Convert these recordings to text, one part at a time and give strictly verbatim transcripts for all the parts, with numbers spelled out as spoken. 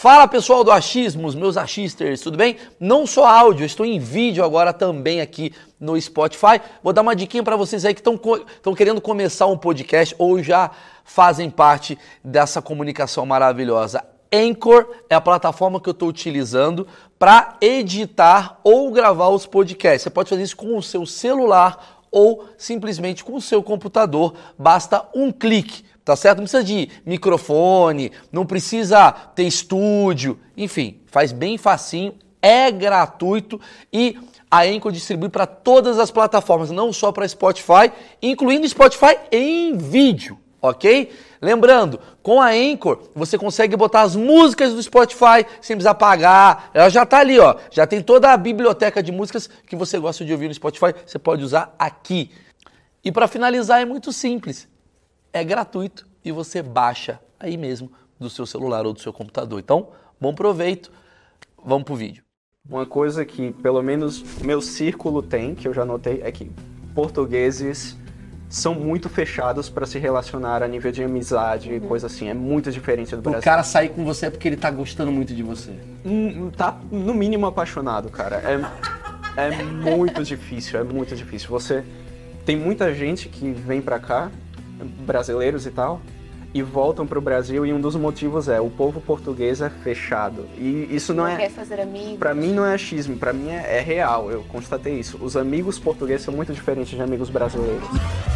Fala pessoal do Achismos, meus achisters, tudo bem? Não só áudio, eu estou em vídeo agora também aqui no Spotify. Vou dar uma diquinha para vocês aí que estão querendo começar um podcast ou já fazem parte dessa comunicação maravilhosa. Anchor é a plataforma que eu estou utilizando para editar ou gravar os podcasts. Você pode fazer isso com o seu celular ou simplesmente com o seu computador. Basta um clique. Tá certo? Não precisa de microfone, não precisa ter estúdio, enfim, faz bem facinho, é gratuito e a Anchor distribui para todas as plataformas, não só para Spotify, incluindo Spotify em vídeo, ok? Lembrando, com a Anchor você consegue botar as músicas do Spotify sem precisar pagar, ela já tá ali, ó, já tem toda a biblioteca de músicas que você gosta de ouvir no Spotify, você pode usar aqui. E para finalizar é muito simples. É gratuito e você baixa aí mesmo do seu celular ou do seu computador. Então, bom proveito. Vamos pro vídeo. Uma coisa que pelo menos meu círculo tem, que eu já notei, é que portugueses são muito fechados para se relacionar a nível de amizade e uhum. coisa assim. É muito diferente do Brasil. O cara sair com você é porque ele tá gostando muito de você. Hum, tá no mínimo apaixonado, cara. É, é muito difícil, é muito difícil. Você tem muita gente que vem pra cá, brasileiros e tal, e voltam para o Brasil e um dos motivos é o povo português é fechado e isso não, não é quer fazer amigos. Para mim não é achismo, para mim é, é real, eu constatei isso. Os amigos portugueses são muito diferentes de amigos brasileiros.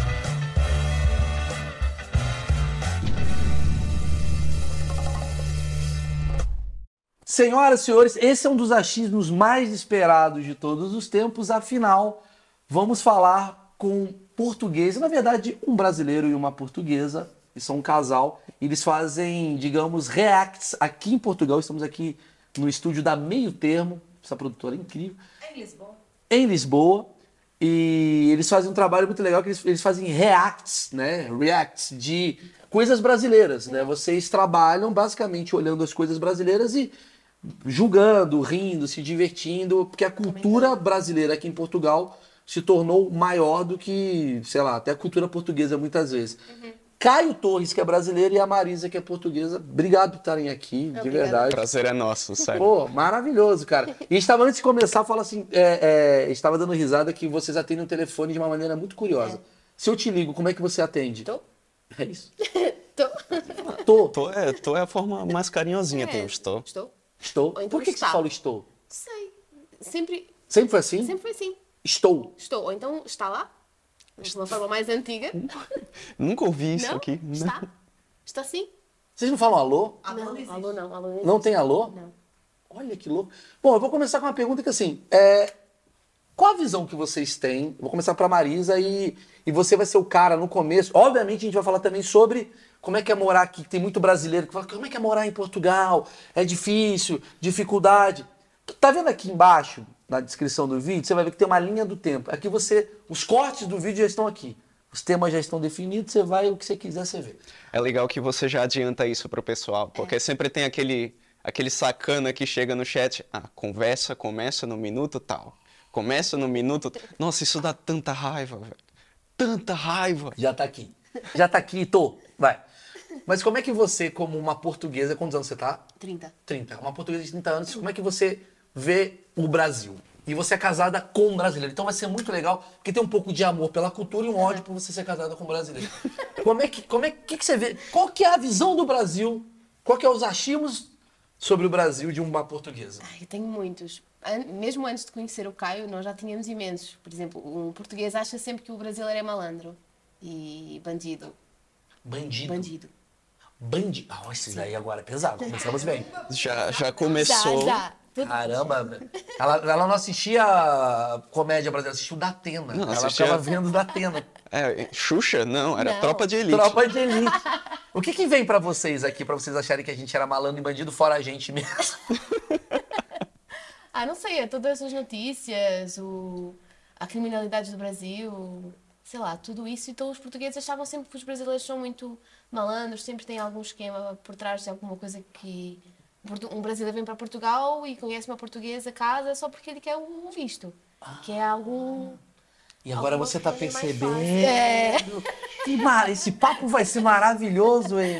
Senhoras e senhores, esse é um dos achismos mais esperados de todos os tempos, afinal vamos falar com português, na verdade um brasileiro e uma portuguesa, eles são um casal, eles fazem, digamos, reacts aqui em Portugal, estamos aqui no estúdio da Meio Termo, essa produtora é incrível. Em Lisboa. Em Lisboa, e eles fazem um trabalho muito legal, que eles, eles fazem reacts, né, reacts de coisas brasileiras, né, vocês trabalham basicamente olhando as coisas brasileiras e julgando, rindo, se divertindo, porque a cultura brasileira aqui em Portugal se tornou maior do que, sei lá, até a cultura portuguesa muitas vezes. Uhum. Caio Torres, que é brasileiro, e a Marisa, que é portuguesa, obrigado por estarem aqui, Obrigada. de verdade. O prazer é nosso, sério. Pô, maravilhoso, cara. E estava, antes de começar, fala assim, é, é, estava dando risada que vocês atendem o telefone de uma maneira muito curiosa. É. Se eu te ligo, como é que você atende? Tô. É isso? Tô. Tô. Tô é, tô é a forma mais carinhosinha, é. tem o estou. Estou. Estou? Então por que, que você fala estou? Sei. Sempre... Sempre foi assim? Sempre foi assim. Estou. Estou. Ou então está lá. De uma forma mais antiga. Nunca ouvi isso não? aqui. Está. Está sim. Vocês não falam alô? Não, não alô não. Alô não, não tem alô? Não. Olha que louco. Bom, eu vou começar com uma pergunta que assim, é... qual a visão que vocês têm? Eu vou começar para Marisa e, e você vai ser o cara no começo. Obviamente a gente vai falar também sobre como é que é morar aqui. Tem muito brasileiro que fala, como é que é morar em Portugal? É difícil, dificuldade. Tá vendo aqui embaixo, na descrição do vídeo, você vai ver que tem uma linha do tempo. Aqui você, os cortes do vídeo já estão aqui. Os temas já estão definidos, você vai, o que você quiser, você vê. É legal que você já adianta isso pro pessoal, porque é. sempre tem aquele, aquele sacana que chega no chat, ah, conversa começa no minuto tal. Começa no minuto... Nossa, isso dá tanta raiva, velho. Tanta raiva. Já tá aqui. Já tá aqui, tô. Vai. Mas como é que você, como uma portuguesa, quantos anos você tá? trinta. trinta. Uma portuguesa de trinta anos, como é que você vê o Brasil? E você é casada com um brasileiro. Então vai ser muito legal, porque tem um pouco de amor pela cultura e um ódio por você ser casada com um brasileiro. Como é que, como é que, que você vê? Qual que é a visão do Brasil? Qual que é os achismos sobre o Brasil de uma portuguesa? Ai, eu tenho muitos. Mesmo antes de conhecer o Caio, nós já tínhamos imensos. Por exemplo, o português acha sempre que o brasileiro é malandro e bandido. Bandido? Bandido. Bandido. Ah, esse daí agora é pesado. Começamos bem. Já, já começou. Já, já. Caramba, ela, ela não assistia comédia brasileira, assistia o Datena. Não, ela assistia... ficava vendo Datena. É, Xuxa? Não, era não. Tropa de Elite. Tropa de Elite. O que que vem pra vocês aqui, pra vocês acharem que a gente era malandro e bandido, fora a gente mesmo? Ah, não sei, é todas as notícias, o... a criminalidade do Brasil, sei lá, tudo isso. Então os portugueses achavam sempre que os brasileiros são muito malandros, sempre tem algum esquema por trás de alguma coisa que... Um brasileiro vem para Portugal e conhece uma portuguesa, casa, só porque ele quer o visto. Ah. Que é algum... E agora você tá percebendo... É. Que mar... Esse papo vai ser maravilhoso, ele.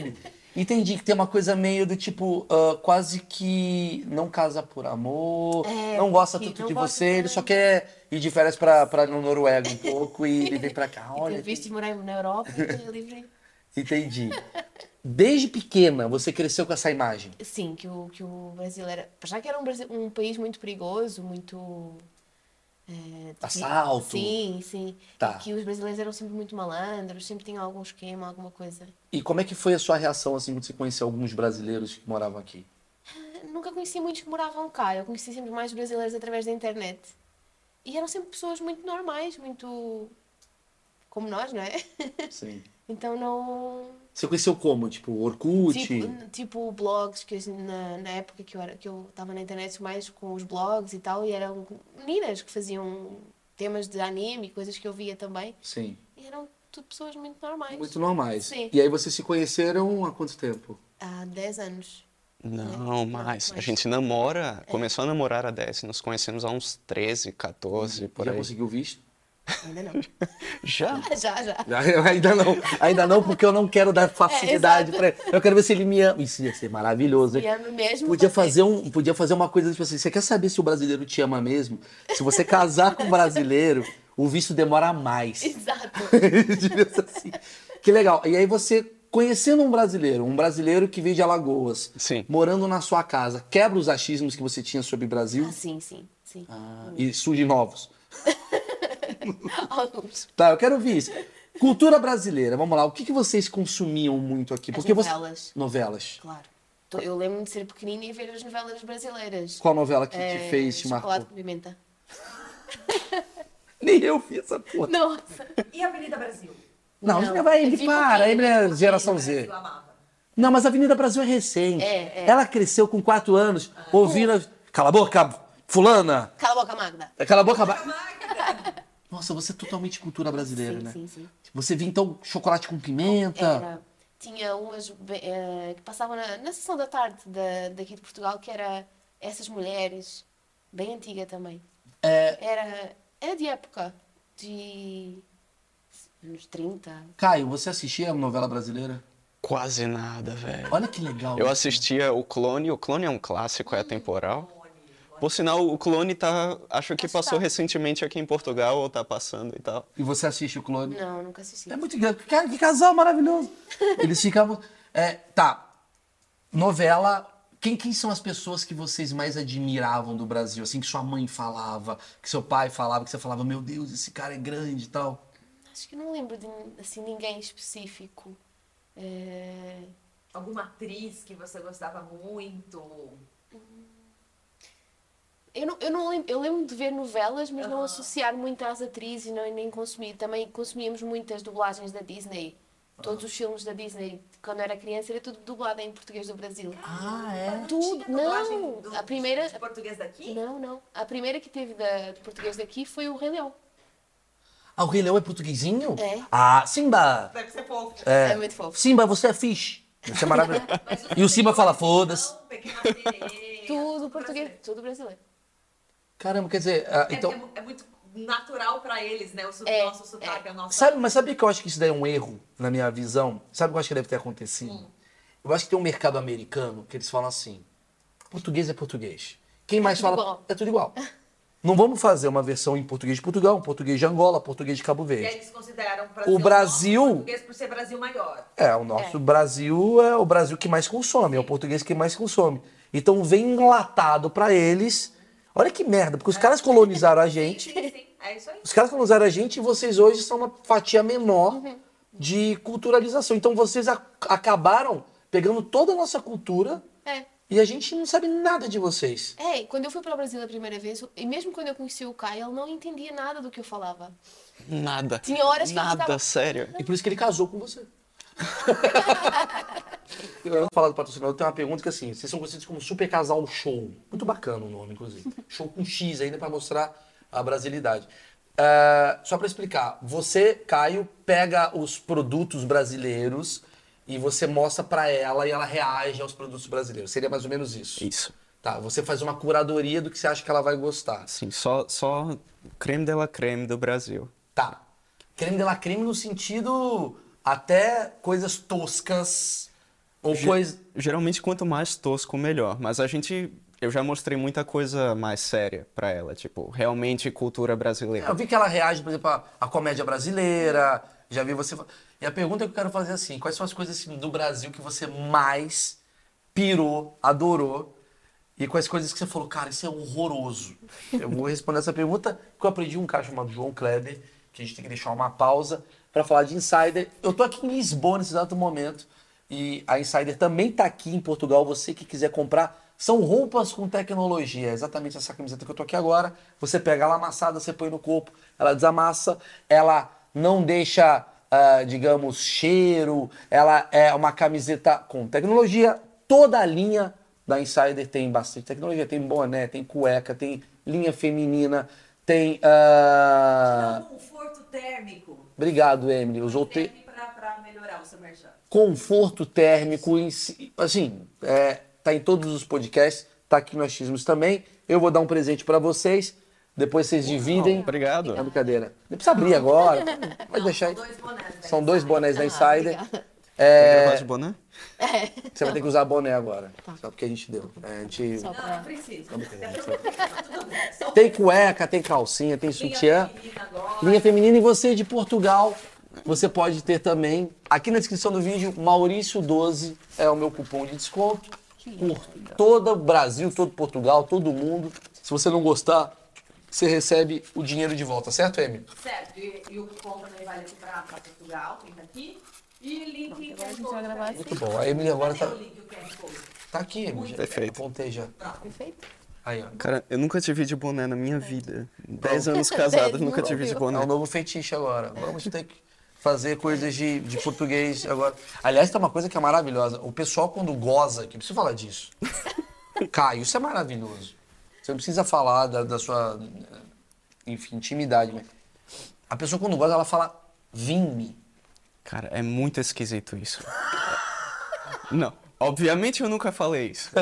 Entendi que tem uma coisa meio do tipo, ah, quase que não casa por amor, É, não gosta que tanto não de gosta você, ele tanto. só quer ir de férias pra, pra no Noruega um pouco e ele vem pra cá. E Olha, ter visto e morar na Europa e ter livre. entendi. Desde pequena você cresceu com essa imagem. Sim, que o, que o Brasil era. Já que era um, Brasil- um país muito perigoso, muito. eh, Assalto. Sim, sim. Tá. E que os brasileiros eram sempre muito malandros, sempre tinham algum esquema, alguma coisa. E como é que foi a sua reação assim quando você conheceu alguns brasileiros que moravam aqui? Nunca conheci muitos que moravam cá, eu conheci sempre mais brasileiros através da internet. E eram sempre pessoas muito normais, muito. Como nós, não é? Sim. Então não. Você conheceu como? Tipo, Orkut? Tipo, tipo blogs, que eu- na, na época que eu era, que eu estava na internet mais com os blogs e tal, e eram meninas que faziam temas de anime e coisas que eu via também. Sim. E eram tudo pessoas muito normais. Muito normais. Sim. E aí vocês se conheceram há quanto tempo? Há dez anos. Não, mais. A mais. gente namora, começou a namorar há dez, nos conhecemos há uns treze, quatorze, por Já aí. conseguiu visto? Ainda não. Já? já, já. Já, ainda não, ainda não, porque eu não quero dar facilidade É, pra ele. Eu quero ver se ele me ama. Isso ia ser maravilhoso, hein? Me ama mesmo. Podia você. fazer, um, podia fazer uma coisa tipo assim, você quer saber se o brasileiro te ama mesmo? Se você casar com um brasileiro, o visto demora mais. Exato. Devia ser assim. Que legal. E aí você, conhecendo um brasileiro, um brasileiro que veio de Alagoas, Sim. morando na sua casa, quebra os achismos que você tinha sobre o Brasil Ah, sim, sim, sim. ah, e surge novos. Alguns. Tá, eu quero ouvir isso. Cultura brasileira, vamos lá. O que, que vocês consumiam muito aqui? As Porque você- novelas. Novelas. Claro. Então, eu lembro-me de ser pequenina e ver as novelas brasileiras. Qual novela que te Eh, fez, te Chocolate marcou? com pimenta. Nem eu vi essa porra. Nossa. E a Avenida Brasil? Não, Não, ele vai, ele vi para, pouquinho, ele é vi geração Eu Z. amava. Não, mas a Avenida Brasil é recente. É, é. Ela cresceu com quatro anos, ouvindo... a- Cala a boca, fulana! Cala a boca, Magda. Cala a boca... ba- Nossa, você é totalmente cultura brasileira, Sim, né? sim, sim. Você via, então, chocolate com pimenta? Era, tinha umas be- eh, que passavam na, na sessão da tarde da, daqui de Portugal, que era Essas Mulheres, bem antiga também. É, Era, era de época, de anos trinta. Caio, você assistia a novela brasileira? Quase nada, velho. Olha que legal. Eu isso. assistia o Clone, o Clone é um clássico, é atemporal. Por sinal, o Clone tá, acho que passou Tá. recentemente aqui em Portugal, ou tá passando e tal. E você assiste o Clone? Não, nunca assisti. É muito engraçado. Cara, que casal maravilhoso. Eles ficavam... É, tá. Novela... Quem, quem são as pessoas que vocês mais admiravam do Brasil? Assim, que sua mãe falava, que seu pai falava, que você falava, meu Deus, esse cara é grande e tal. Acho que não lembro de assim, ninguém específico. Eh, Alguma atriz que você gostava muito? Eu, não, eu, não lembro, eu lembro de ver novelas, mas não Aham. associar muito às atrizes e não, nem consumir. Também consumíamos muitas dublagens da Disney. Todos os filmes da Disney, quando eu era criança, era tudo dublado em português do Brasil. Ah, é? Tudo. Tinha dublagem Não! do- A primeira. de português daqui? Não, não. A primeira que teve da, de português daqui foi o Rei Leão. Ah, o Rei Leão é portuguesinho? É. Ah, Simba! Deve ser fofo. É, muito fofo. Simba, você é fish. Isso é maravilhoso. Mas E o Simba fala, Não, foda-se. Pequena Sereia, Tudo português, brasileiro. tudo brasileiro. Caramba, quer dizer, ah, É, então... é mu- é muito natural pra eles, né? O su- É, nosso sotaque, a nossa... Sabe, mas sabe que eu acho que isso daí é um erro, na minha visão? Sabe o que eu acho que deve ter acontecido? Eu acho que tem um mercado americano que eles falam assim, português é português. Quem mais tudo fala... igual. É tudo igual. Não vamos fazer uma versão em português de Portugal, um português de Angola, português de Cabo E Verde. aí eles consideram O Brasil- nosso português por ser Brasil maior. É, o nosso Brasil é o Brasil que mais consome, é o português que mais consome. Então vem enlatado pra eles. Olha que merda, porque os caras colonizaram a gente. Sim, sim, é isso aí. Os caras colonizaram a gente e vocês hoje são uma fatia menor de culturalização. Então vocês a- acabaram pegando toda a nossa cultura É. e a gente não sabe nada de vocês. É, quando eu fui para o Brasil a primeira vez, e mesmo quando eu conheci o Caio, ele não entendia nada do que eu falava. Nada. Tinha horas que eu Nada, ficava- sério. E por isso que ele casou com você. Eu não falar do patrocinador, tem uma pergunta que assim, vocês são conhecidos como Super Casal Show. Muito bacana o nome, inclusive. Show com X ainda para mostrar a brasilidade. Ah, só para explicar, você, Caio, pega os produtos brasileiros e você mostra para ela e ela reage aos produtos brasileiros. Seria mais ou menos isso. Isso. Tá, você faz uma curadoria do que você acha que ela vai gostar. Sim, só, só creme de la creme do Brasil. Tá. Creme de la creme no sentido até coisas toscas, Ou Ge- coisa... Geralmente, quanto mais tosco, melhor. Mas a gente... Eu já mostrei muita coisa mais séria pra ela. Tipo, realmente cultura brasileira. Eu vi que ela reage, por exemplo, à, à comédia brasileira, já vi você... fa- E a pergunta que eu quero fazer é assim, quais são as coisas assim, do Brasil que você mais pirou, adorou, e quais coisas que você falou, cara, isso é horroroso? Eu vou responder essa pergunta porque eu aprendi um cara chamado João Kleber, que a gente tem que deixar uma pausa para falar de Insider. Eu tô aqui em Lisboa nesse exato momento, e a Insider também tá aqui em Portugal, você que quiser comprar... São roupas com tecnologia, é exatamente essa camiseta que eu tô aqui agora. Você pega ela amassada, você põe no corpo, ela desamassa, ela não deixa, ah, digamos, cheiro, ela é uma camiseta com tecnologia. Toda a linha da Insider tem bastante tecnologia, tem boné, tem cueca, tem linha feminina, tem... ah, Dá um conforto térmico. Obrigado, Emily. Usou te... Para para melhorar o seu merchan. conforto térmico, em si- assim, é, tá em todos os podcasts, tá aqui no Achismos também. Eu vou dar um presente pra vocês, depois vocês dividem. Obrigado. É brincadeira. Não precisa abrir agora, vai deixar aí. São dois bonés. né? São dois bonés da Insider. Quer É, gravar de boné? você vai ter que usar boné agora, só porque a gente deu. É, a gente... Só Não, pra... não precisa. Tá tudo bem. São Tem cueca, tem calcinha, tem linha sutiã. feminina agora. Linha feminina e você de Portugal, você pode ter também. Aqui na descrição do vídeo, Maurício doze é o meu cupom de desconto. Por todo o Brasil, todo Portugal, todo mundo. Se você não gostar, você recebe o dinheiro de volta, certo, Emily? Certo, e, e o cupom também vale aqui para Portugal, tem aqui. E link Agora a gente vai gravar assim. Muito bom. A Emily agora tá, Cadê o link, o Q R Code? tá aqui, Emily. Perfeito. Apontei já. Perfeito? Aí, ó. Cara, eu nunca tive de boné na minha vida. Dez anos casado, Dez, nunca não tive de viu? É boné. um novo fetiche agora. Vamos ter que fazer coisas de, de português agora. Aliás, tem uma coisa que é maravilhosa. O pessoal, quando goza, que preciso falar disso. Caio, isso é maravilhoso. Você não precisa falar da, da sua, enfim, intimidade. Mas a pessoa, quando goza, ela fala vim-me. Cara, é muito esquisito isso. Não, obviamente eu nunca falei isso.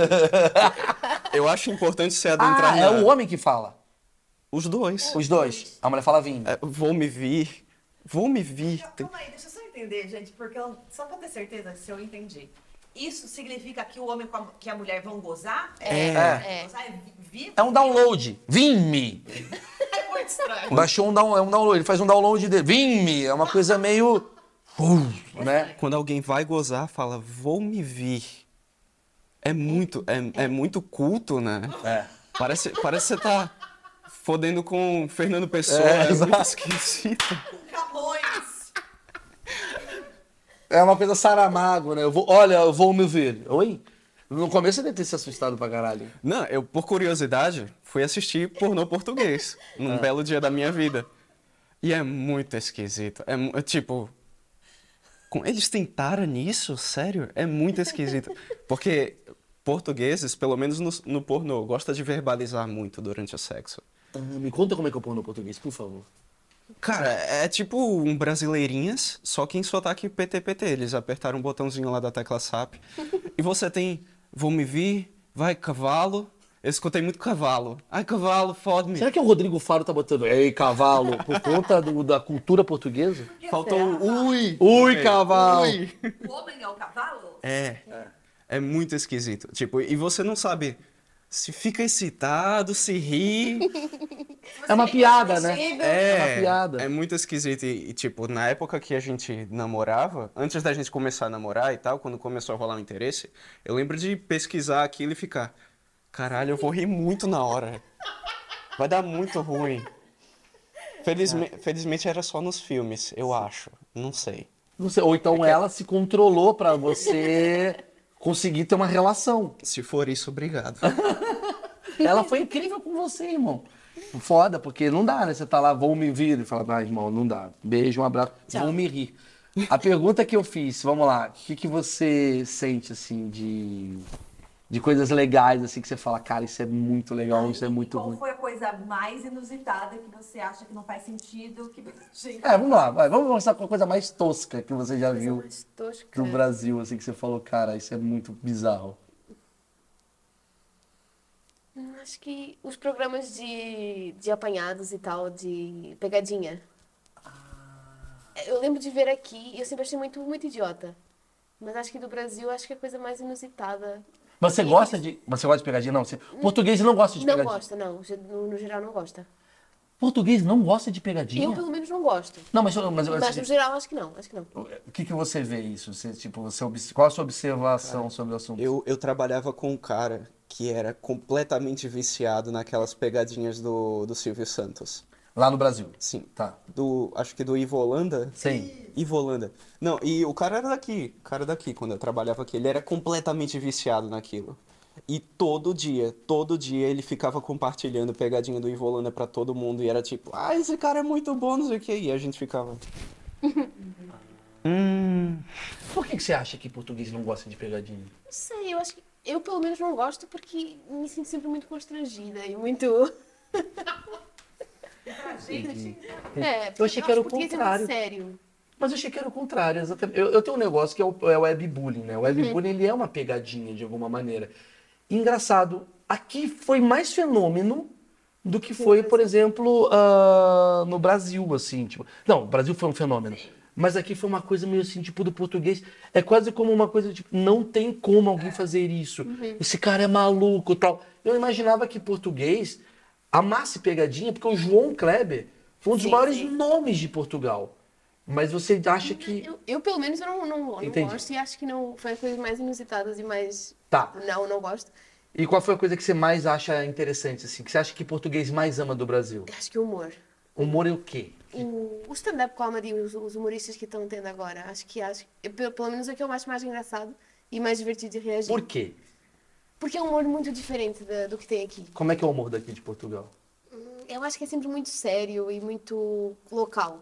Eu acho importante se adentrar Ah, na... é o homem que fala. Os dois. Os dois. A mulher fala vim-me. É, vou me vir. Vou me vir. Tem- Calma aí, deixa eu só entender, gente, porque eu, só pra ter certeza se eu entendi. Isso significa que o homem com a, que a mulher vão gozar? É. É. Gozar é vi- É um download. Vim-me. É muito estranho. Baixou um, down, é um download. Ele faz um download dele. Vim-me. É uma coisa meio... Uh, né? Quando alguém vai gozar, fala, vou me vir. É muito, é, é muito culto, né? É. Parece, parece que você tá fodendo com Fernando Pessoa. É, É, muito exato. esquisito. Camões. É uma coisa Saramago, né? Eu vou, olha, eu vou me ver. Oi? No começo você deve ter se assustado pra caralho. Não, eu, por curiosidade, fui assistir pornô português num belo dia da minha vida. E é muito esquisito. É, mu- é tipo... com- Eles tentaram nisso? Sério? É muito esquisito. Porque portugueses, pelo menos no, no pornô, gostam de verbalizar muito durante o sexo. Ah, me conta como é que eu porno português, por favor. Cara, é tipo um Brasileirinhas, só que em sotaque P T P T. Eles apertaram um botãozinho lá da tecla S A P. E você tem, vou me vir, vai cavalo. Eu escutei muito cavalo. Ai, cavalo, fode-me. Será que o Rodrigo Faro tá botando ei, cavalo, por conta do- da cultura portuguesa? Faltou o ui. Ui, Ok. cavalo. Ui. O homem é o cavalo? É, é muito esquisito. Tipo, e você não sabe se fica excitado, se ri. É uma piada, né? É, É uma piada. é muito esquisito. E, e, tipo, na época que a gente namorava, antes da gente começar a namorar e tal, quando começou a rolar o interesse, eu lembro de pesquisar aquilo e ficar, caralho, eu vou rir muito na hora. Vai dar muito ruim. Felizme- Felizmente era só nos filmes, eu acho. Não sei. Não sei, ou então ela se controlou pra você conseguir ter uma relação. Se for isso, obrigado. Ela foi incrível com você, irmão. Foda, porque não dá, né? Você tá lá, vou me vir e fala, ah, irmão, não dá. Beijo, um abraço, Tchau. vou me rir. A pergunta que eu fiz, vamos lá, o que, que você sente, assim, de, de coisas legais, assim, que você fala, cara, isso é muito legal, isso é muito Qual ruim. foi a coisa mais inusitada que você acha que não faz sentido? Que... Gente, É, vamos lá, vai, vamos começar com a coisa mais tosca que você já viu Mais tosca. no Brasil, assim, que você falou, cara, isso é muito bizarro. Hum, Acho que os programas de, de apanhados e tal, de pegadinha. Eu lembro de ver aqui e eu sempre achei muito, muito idiota. Mas acho que do Brasil, acho que é a coisa mais inusitada. Você gosta de. Você gosta de pegadinha? Não. Você... Português não gosta de Não pegadinha. gosta, não. No, no geral, não gosta. Português não gosta de pegadinha? Eu, pelo menos, não gosto. Não, mas, mas, Mas, no geral, acho que não. Acho que não. o que, que você vê isso? Você, tipo, você, obs- qual a sua observação sobre o assunto? Eu, eu trabalhava com um cara que era completamente viciado naquelas pegadinhas do, do Silvio Santos. Lá no Brasil. Sim. Tá. Do, acho que do Ivo Holanda. Sim. Ivo Holanda. Não, e o cara era daqui. O cara daqui, quando eu trabalhava aqui. Ele era completamente viciado naquilo. E todo dia, todo dia ele ficava compartilhando pegadinha do Ivo Holanda pra todo mundo. E era tipo, ah, esse cara é muito bom, não sei o quê. E a gente ficava... hum... Por que, que você acha que português não gosta de pegadinha? Não sei, eu acho que... Eu, pelo menos, não gosto porque me sinto sempre muito constrangida e muito... É, Eu achei que era o português contrário. É muito sério. Mas eu achei que era o contrário. Exatamente. Eu, eu tenho um negócio que é o, é o webbullying, né? O webbullying ele é uma pegadinha de alguma maneira. Engraçado, aqui foi mais fenômeno do que foi, por exemplo, ah, no Brasil, assim. Tipo, não, o Brasil foi um fenômeno. Mas aqui foi uma coisa meio assim, tipo, do português. É quase como uma coisa, tipo, não tem como alguém fazer isso. Esse cara é maluco e tal. Eu imaginava que português amasse pegadinha, porque o João Kleber foi um dos Sim, maiores sim. nomes de Portugal. Mas você acha que... Eu, eu, pelo menos, eu não, não, não Entendi. gosto e acho que não foi as coisas mais inusitadas e mais... Tá. Não, não gosto. E qual foi a coisa que você mais acha interessante, assim? Que você acha que português mais ama do Brasil? Acho que o humor. Humor é o quê? O, o stand-up comedy, os, os humoristas que estão tendo agora, acho que acho, eu, pelo, pelo menos é o que eu acho mais engraçado e mais divertido de reagir. Por quê? Porque é um humor muito diferente da- do que tem aqui. Como é que é o humor daqui de Portugal? Eu acho que é sempre muito sério e muito local.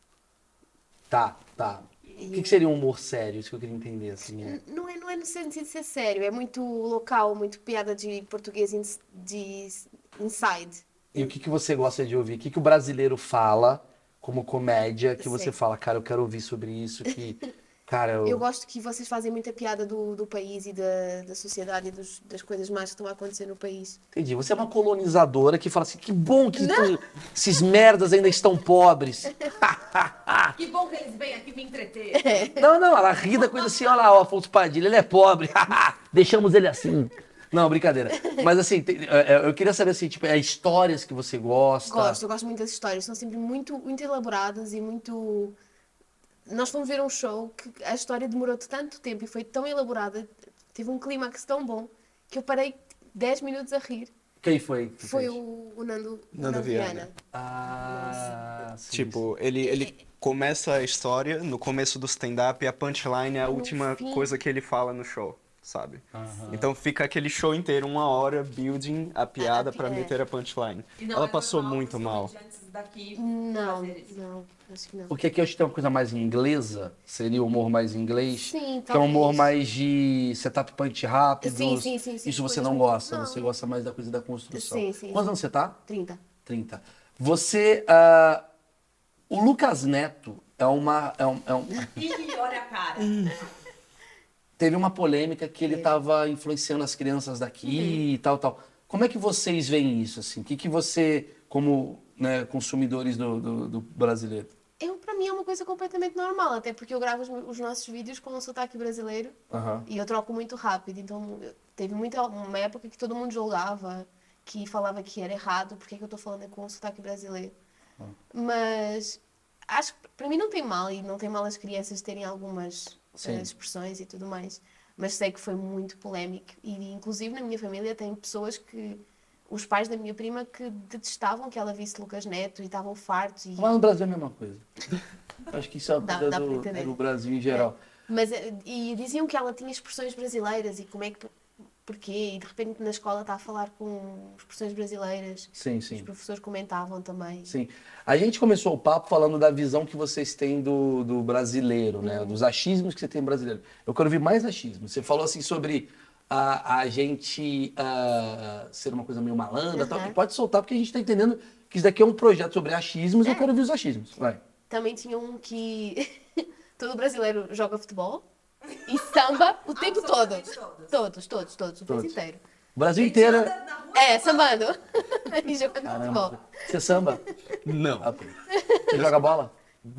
Tá, tá. O que, que seria um humor sério? Isso que eu queria entender, assim. É. N- Não é, não é no sentido de ser sério, é muito local, muito piada de português ins- de inside. E o que, que você gosta de ouvir? O que, que o brasileiro fala como comédia que você Sei. fala, cara, eu quero ouvir sobre isso, que... Cara, eu... Eu gosto que vocês fazem muita piada do, do país e da, da sociedade e dos- das coisas más que estão a acontecer no país. Entendi. Você é uma colonizadora que fala assim, que bom que tu- esses merdas ainda estão pobres. Que bom que eles vêm aqui me entreter. Não, não, ela ri da coisa assim, olha lá, o Afonso Padilha, ele é pobre, deixamos ele assim. Não, brincadeira. Mas assim, tem- é, é, eu queria saber assim, tipo, é histórias que você gosta. Gosto, eu gosto muito das histórias, são sempre muito, muito elaboradas e muito... Nós fomos ver um show que a história demorou tanto tempo e foi tão elaborada, teve um clímax tão bom, que eu parei dez minutos a rir. Quem foi? que Foi fez? o, o Nando, o Nando Nando Viana. Viana. Ah, sim, Tipo, ele, ele começa a história no começo do stand-up e a punchline é a No última fim. coisa que ele fala no show, sabe? Então fica aquele show inteiro, uma hora, building a piada pra é. meter a punchline. E não Ela é passou normal muito os mal. comediantes daqui Não, fazer isso. não, acho que não. Porque aqui eu acho que tem uma coisa mais inglesa, seria o humor mais inglês. Sim, que é um humor talvez. mais de setup punch rápido. Sim, sim, sim, sim, Isso você coisas não muito- gosta, não. você gosta mais da coisa da construção. Sim, sim, Quantos sim. anos você tá? trinta. trinta. Você, ah, o Lucas Neto é uma, é um, é um- Ih, olha a cara. teve uma polêmica que ele estava influenciando as crianças daqui e tal, tal. Como é que vocês veem isso, assim? O que, que você, como né, consumidores do, do, do brasileiro? Eu, pra mim, é uma coisa completamente normal, até porque eu gravo os, os nossos vídeos com um sotaque brasileiro Aham. e eu troco muito rápido. Então, eu- teve muita, uma época que todo mundo julgava, que falava que era errado, porque que eu tô falando com um sotaque brasileiro. Mas acho que pra mim não tem mal, e não tem mal as crianças terem algumas Sim. eh, expressões e tudo mais. Mas sei que foi muito polémico e, inclusive, na minha família tem pessoas que... Os pais da minha prima que detestavam que ela visse Lucas Neto e estavam fartos. E... Mas no Brasil é a mesma coisa. Acho que isso é uma Dá- coisa dá pra do, entender. do Brasil em geral. Mas, eh, e diziam que ela tinha expressões brasileiras e como é que... Porquê? E de repente na escola está a falar com expressões brasileiras. Sim, Os sim. professores comentavam também. Sim. A gente começou o papo falando da visão que vocês têm do, do brasileiro, né? Dos achismos que você tem brasileiro. Eu quero ouvir mais achismos. Você falou assim sobre a, a gente ah, ser uma coisa meio malandra e tal. Uhum. Que pode soltar, porque a gente está entendendo que isso daqui é um projeto sobre achismos e eu quero ouvir os achismos. Vai. Também tinha um que todo brasileiro joga futebol e samba o tempo todo. Absolutamente todos. Todos, todos, todos, o país Todos. inteiro. O Brasil Gente, inteiro. anda na rua É, sambando. E jogando Caramba. futebol. Você samba? Não, Ah, pô. Você joga bola? não.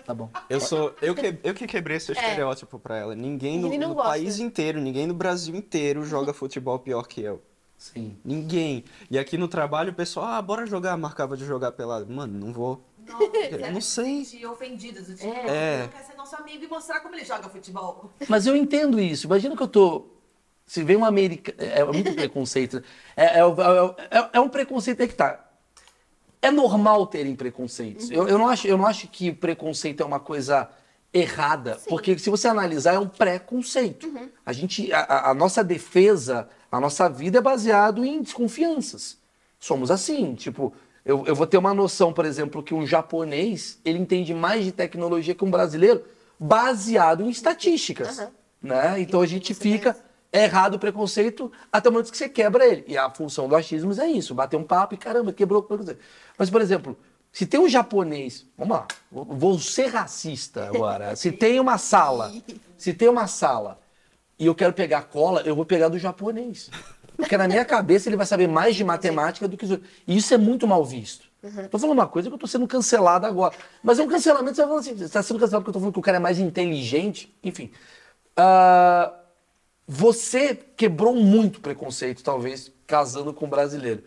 Tá bom. Eu sou. Eu que, eu que quebrei esse estereótipo pra ela. Ninguém no, Ele não no gosta. país inteiro, ninguém no Brasil inteiro joga futebol pior que eu. Sim. Ninguém. E aqui no trabalho o pessoal, ah, bora jogar, marcava de jogar pelado. Mano, não vou. Nossa, Eu não sei. Se ofendidos, do tipo, É. ele não quer ser nosso amigo e mostrar como ele joga futebol. Mas eu entendo isso. Imagina que eu tô. Se vem um americano. É, é muito preconceito. É, é, é, é, é um preconceito aí que tá. É normal terem preconceitos. Eu, eu, não acho, eu não acho que preconceito é uma coisa errada, porque se você analisar, é um preconceito. A gente, a, a nossa defesa, a nossa vida é baseado em desconfianças. Somos assim, tipo, eu, eu vou ter uma noção, por exemplo, que um japonês, ele entende mais de tecnologia que um brasileiro, baseado em estatísticas, Uhum. né? Então a gente fica é errado o preconceito até o momento que você quebra ele. E a função do achismo é isso, bater um papo e caramba, quebrou o preconceito. Mas, por exemplo, se tem um japonês, vamos lá, vou- vou ser racista agora. Se tem uma sala, se tem uma sala e eu quero pegar cola, eu vou pegar do japonês. Porque na minha cabeça ele vai saber mais de matemática do que os outros. E isso é muito mal visto. Tô falando uma coisa que eu tô sendo cancelado agora. Mas é um cancelamento, você vai falar assim, você tá sendo cancelado porque eu tô falando que o cara é mais inteligente. Enfim. Ah, você quebrou muito preconceito, talvez, casando com um brasileiro.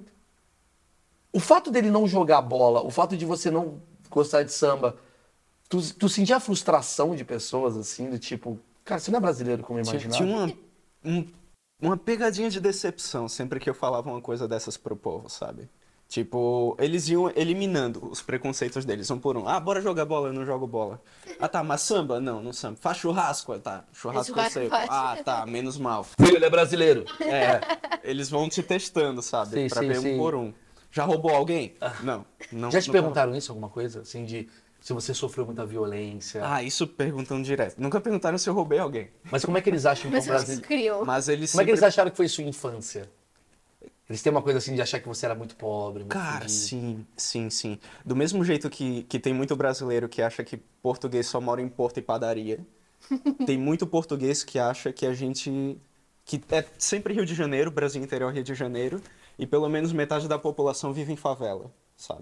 O fato dele não jogar bola, o fato de você não gostar de samba, tu, tu sentia a frustração de pessoas, assim, do tipo, cara, você não é brasileiro como eu Tinha, imaginava? tinha uma, um- uma pegadinha de decepção sempre que eu falava uma coisa dessas pro povo, sabe? Tipo, eles iam eliminando os preconceitos deles, um por um. Ah, bora jogar bola, eu não jogo bola. Ah, tá, mas samba? Não, não samba. Faz churrasco? Tá, churrasco eu churrasco sei. faz. Ah, tá, menos mal. Ele é brasileiro. É, eles vão te testando, sabe? Sim, pra sim, ver sim. um por um. Já roubou alguém? Não, não. Já te nunca- perguntaram isso, alguma coisa? Assim, de se você sofreu muita violência. Ah, isso perguntando direto. Nunca perguntaram se eu roubei alguém. Mas como é que eles acham que é um Mas eles brasileiro? criam. Mas eles Como é que eles sempre... acharam que foi sua infância? Eles têm uma coisa assim de achar que você era muito pobre, muito Cara, fudido. sim, sim, sim. Do mesmo jeito que, que tem muito brasileiro que acha que português só mora em porto e padaria, tem muito português que acha que a gente... que é sempre Rio de Janeiro, Brasil inteiro é Rio de Janeiro, e pelo menos metade da população vive em favela, sabe?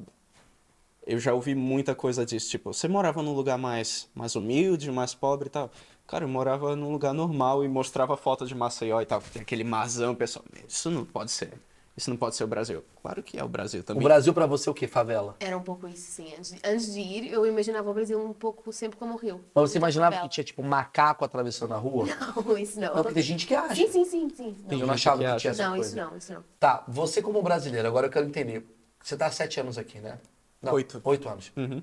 Eu já ouvi muita coisa disso, tipo, você morava num lugar mais, mais humilde, mais pobre e tal. Cara, eu morava num lugar normal e mostrava foto de Maceió e tal, tem aquele marzão, pessoal, isso não pode ser, isso não pode ser o Brasil. Claro que é o Brasil O também. Brasil pra você é o quê? Favela? Era um pouco isso, sim. Antes de, antes de ir, eu imaginava o Brasil um pouco sempre como o Rio. Mas você Uma imaginava favela. que tinha, tipo, macaco atravessando a rua? Não, isso não. Não, porque tem gente que acha. Sim, sim, sim, sim. Eu Não, não achava que que acha. tinha essa não coisa. isso não, isso não. Tá, você como brasileiro, agora eu quero entender. Você tá há sete anos aqui, né? Não, Oito. Oito anos. Uhum.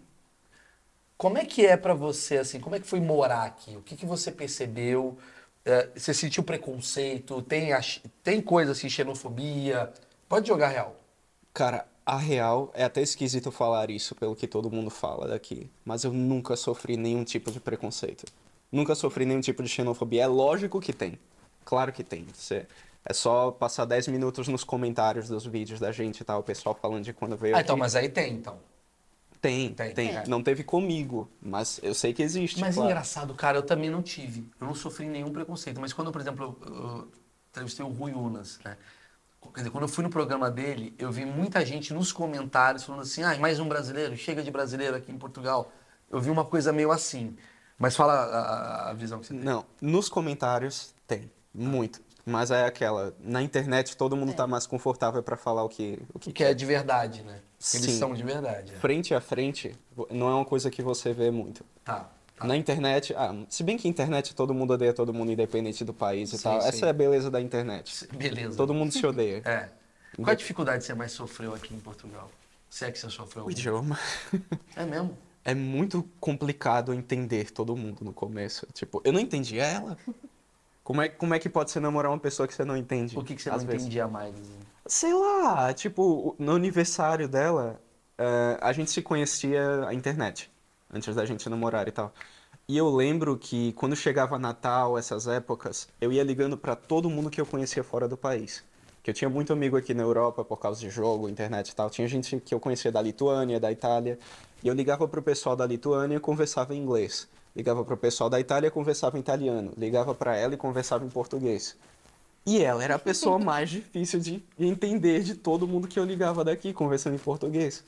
Como é que é pra você, assim, como é que foi morar aqui? O que, que você percebeu? É, você sentiu preconceito? Tem, ach- tem coisa assim, xenofobia? Pode jogar real. Cara, a real, é até esquisito falar isso pelo que todo mundo fala daqui, mas eu nunca sofri nenhum tipo de preconceito. Nunca sofri nenhum tipo de xenofobia. É lógico que tem. Claro que tem. Você, é só passar dez minutos nos comentários dos vídeos da gente e tal, o pessoal falando de quando veio Ah, aqui. então, mas aí tem, então. Tem, Tem. tem. É. Não teve comigo, mas eu sei que existe, Mas claro. engraçado, cara, eu também não tive. Eu não sofri nenhum preconceito. Mas quando, por exemplo, eu, eu entrevistei o Rui Unas, né? Quer dizer, quando eu fui no programa dele, eu vi muita gente nos comentários falando assim, ah, mais um brasileiro, chega de brasileiro aqui em Portugal. Eu vi uma coisa meio assim. Mas fala a, a visão que você tem. Não, nos comentários tem, muito. Mas é aquela, na internet todo mundo tá mais confortável pra falar o que, o que Que é de verdade, né? Eles Sim. são de verdade. é. frente a frente, não é uma coisa que você vê muito. Tá. tá. Na internet, ah, se bem que internet todo mundo odeia todo mundo, independente do país e Sim, tal. sim. Essa é a beleza da internet. Beleza. Todo mundo se odeia. É. Qual a dificuldade que você mais sofreu aqui em Portugal? Se é que você sofreu O alguma? idioma. É mesmo? É muito complicado entender todo mundo no começo. Tipo, eu não entendi ela. Como é, como é que pode você namorar uma pessoa que você não entende? O que, que você às não vezes? entendia mais? assim? Sei lá, tipo, no aniversário dela, eh, a gente se conhecia a internet, antes da gente namorar e tal. E eu lembro que quando chegava Natal, essas épocas, eu ia ligando pra todo mundo que eu conhecia fora do país. Que eu tinha muito amigo aqui na Europa por causa de jogo, internet e tal. Tinha gente que eu conhecia da Lituânia, da Itália. E eu ligava pro pessoal da Lituânia e conversava em inglês. Ligava pro pessoal da Itália e conversava em italiano. Ligava pra ela e conversava em português. E ela era a pessoa mais difícil de entender de todo mundo que eu ligava daqui, conversando em português.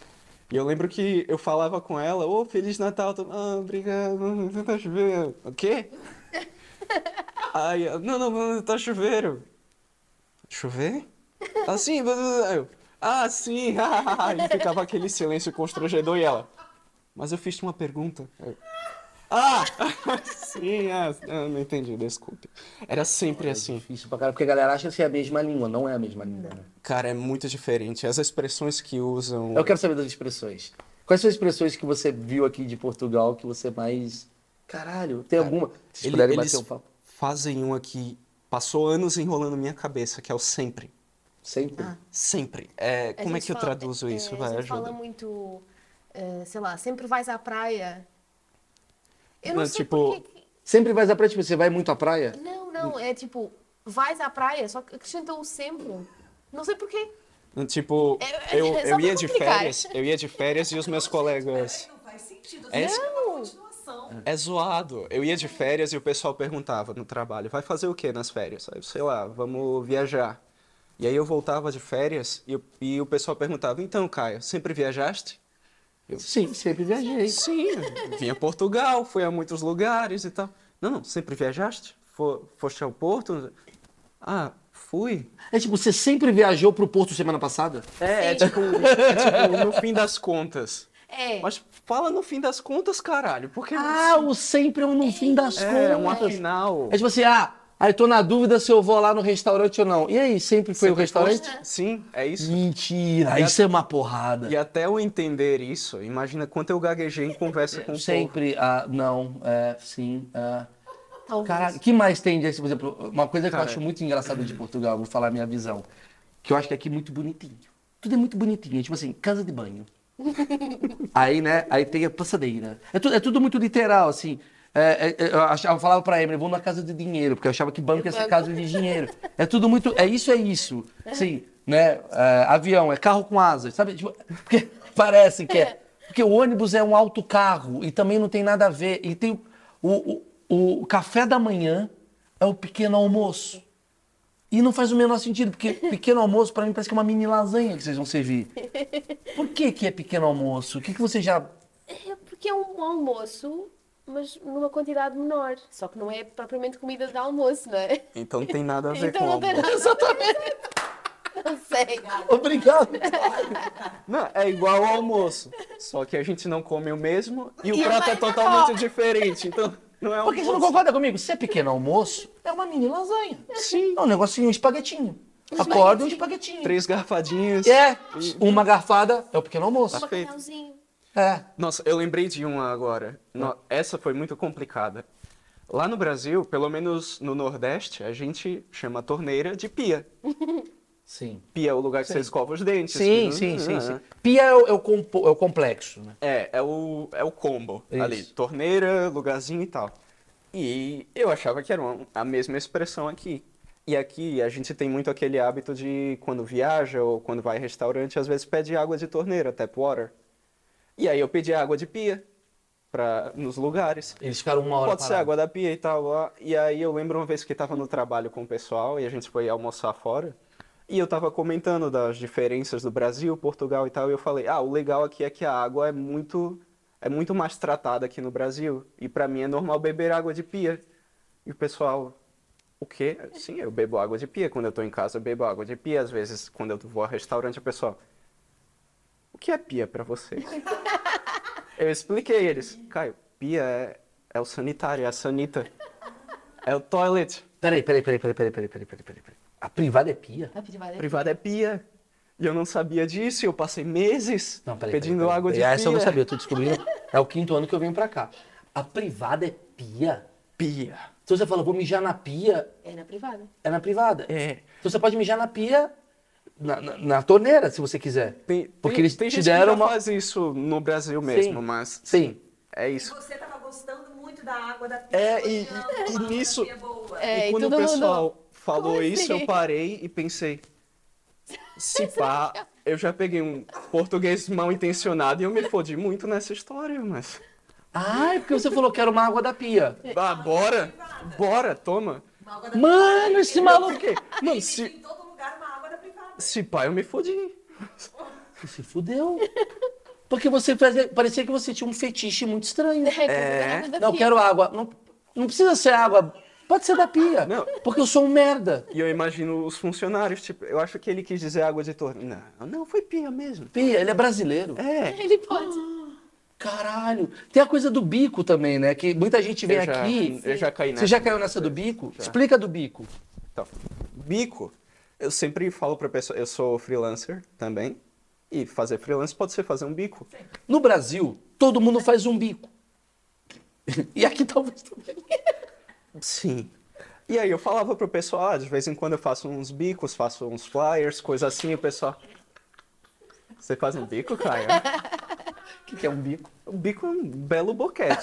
E eu lembro que eu falava com ela, ô, Feliz Natal, tô... ah, obrigado, tá chovendo. O quê? Aí, ela, não, não, não, tá chuveiro. Chover? Assim, eu, ah, sim, e ficava aquele silêncio constrangedor e ela, mas eu fiz uma pergunta. Eu, ah, sim, ah, eu não entendi, desculpe. Era sempre assim. Difícil pra caralho, porque a galera acha que é a mesma língua, não é a mesma língua, né? Cara, é muito diferente. As expressões que usam... Eu quero saber das expressões. Quais são as expressões que você viu aqui de Portugal que você mais... Caralho, tem alguma? Se Ele- puderem eles bater um papo. fazem uma que passou anos enrolando minha cabeça, que é o sempre. Sempre. Sempre. É, A como é gente que eu fala- traduzo é, isso? A Vai, gente ajuda. fala muito, eh, sei lá, sempre vais à praia. Eu não, Não, sei tipo- porquê que- Sempre vais à praia, tipo, você vai muito à praia? Não, não, é tipo, vais à praia, só que acrescenta o sempre. Não sei porquê. Tipo, É- eu, é só eu pra ia de complicar. férias, eu ia de férias e os meus colegas... Não faz sentido. É- Isso é uma continuação. É zoado. Eu ia de férias e o pessoal perguntava no trabalho, vai fazer o que nas férias? Aí eu, sei lá, vamos viajar. E aí eu voltava de férias e, o- e o pessoal perguntava, então, Caio, sempre viajaste? Sim, sempre viajei. Sim, vim a Portugal, fui a muitos lugares e tal. Não, não, sempre viajaste? Fo- Foste ao Porto? Ah, fui. É tipo, você sempre viajou pro Porto semana passada? É, é tipo, é tipo, no fim das contas. É, Mas fala no fim das contas, caralho, porque Ah, o sempre é um no fim das é um contas. afinal. É tipo assim, ah, aí tô na dúvida se eu vou lá no restaurante ou não. E aí, sempre foi o Sempre restaurante? foste? Sim, é isso. Mentira, E a- isso é uma porrada. E até eu entender isso, imagina quanto eu gaguejei em conversa com o povo. Sempre, ah, não, é, sim, ah. talvez. Caralho, o que mais tem de, por exemplo, uma coisa que Cara. eu acho muito engraçada de Portugal, vou falar a minha visão, que eu acho que aqui é muito bonitinho. Tudo é muito bonitinho, tipo assim, casa de banho. Aí, né, aí tem a passadeira. É tudo, é tudo muito literal, assim. É, é, eu, achava, eu falava pra Emily, vou na casa de dinheiro, porque eu achava que banco ia ser casa de dinheiro. É tudo muito, é isso, é isso. Sim, né, é, avião, é carro com asas, sabe? Tipo, porque parece que é. Porque o ônibus é um autocarro e também não tem nada a ver. E tem o, o, o, o café da manhã é o pequeno almoço. E não faz o menor sentido, porque pequeno almoço pra mim parece que é uma mini lasanha que vocês vão servir. Por que que é pequeno almoço? O que que você já... É porque é um almoço, mas numa quantidade menor. Só que não é propriamente comida de almoço, não é? Então não tem nada a ver Então com não tem almoço. nada. Exatamente. Não sei. Obrigado. Não, é igual ao almoço. Só que a gente não come o mesmo e o E prato é vai- totalmente diferente. Então não é Por que você não almoço. concorda comigo? Se é pequeno almoço, é uma mini lasanha. Sim. É um negocinho, um espaguetinho. Acorda um espaguetinho. Três garfadinhas. É, uma garfada é o pequeno almoço. Um feito. bacalhauzinho. É. Nossa, eu lembrei de uma agora. No- Essa foi muito complicada. Lá no Brasil, pelo menos no Nordeste, a gente chama a torneira de pia. Sim. Pia é o lugar que você escova os dentes. Sim, que- sim, sim, Ah, sim. Pia é o, é o compo- é o complexo, né? É, é o, é o combo Isso. ali. Torneira, lugarzinho e tal. E eu achava que era uma- a mesma expressão aqui. E aqui a gente tem muito aquele hábito de, quando viaja ou quando vai em restaurante, às vezes pede água de torneira, tap water. E aí eu pedi água de pia pra, nos lugares. Eles ficaram uma hora Pode ser parados. água da pia e tal. Lá. E aí eu lembro uma vez que estava no trabalho com o pessoal e a gente foi almoçar fora. E eu tava comentando das diferenças do Brasil, Portugal e tal. E eu falei, ah, o legal aqui é que a água é muito, é muito mais tratada aqui no Brasil. E pra mim é normal beber água de pia. E o pessoal, o quê? Sim, eu bebo água de pia. Quando eu tô em casa, eu bebo água de pia. Às vezes, quando eu vou ao restaurante, o pessoal, o que é pia pra você? Eu expliquei eles. Caio, pia é, é o sanitário, é a sanita. É o toilet. Peraí, peraí, peraí, peraí, peraí, peraí, peraí, peraí, peraí. peraí. A privada é pia? A privada é- Privada é pia. E eu não sabia disso, e eu passei meses Não, peraí, pedindo peraí, peraí. água de Essa pia. eu não sabia, eu tô descobrindo. É o quinto ano que eu venho pra cá. A privada é pia? Pia. Então você fala, vou mijar na pia, É na privada. é na privada. É. Então você pode mijar na pia, na, na- na torneira, se você quiser. Tem, Porque tem, eles tem te gente deram que já uma... faz isso no Brasil mesmo, Sim. mas Sim. é E isso. você tava gostando muito da água da pia. É, e- gostando, e- e a água da nisso- pia é boa. É, e e quando o todo mundo- pessoal falou Como isso, assim? eu parei e pensei, se pá, eu já peguei um português mal intencionado e eu me fodi muito nessa história, mas... Ah, é porque você falou que era uma água da pia. Ah, bora! Bora, toma! Uma água da Mano, esse maluco... Por quê? Mano, Existe se, em todo lugar uma água da privada. se pá, eu me fodi. Se fudeu. Porque você fazia, parecia que você tinha um fetiche muito estranho. É. Não, eu quero água. Não, não precisa ser água. Pode ser da pia. Não. Porque eu sou um merda. E eu imagino os funcionários, tipo, eu acho que ele quis dizer água de torneira. Não, não, foi pia mesmo. Pia, ele é brasileiro. É. Ele pode. Caralho. Tem a coisa do bico também, né? Que muita gente vem eu já, aqui. Eu já caí nessa. Você já caiu nessa do bico? Já. Explica do bico. Então, bico, eu sempre falo pra pessoa, eu sou freelancer também, e fazer freelance pode ser fazer um bico. No Brasil, todo mundo faz um bico. E aqui talvez também. Sim. E aí eu falava pro pessoal, ah, de vez em quando eu faço uns bicos, faço uns flyers, coisa assim, e o pessoal... Você faz um bico, Caio? O que, que é um bico? Um bico é um belo boquete.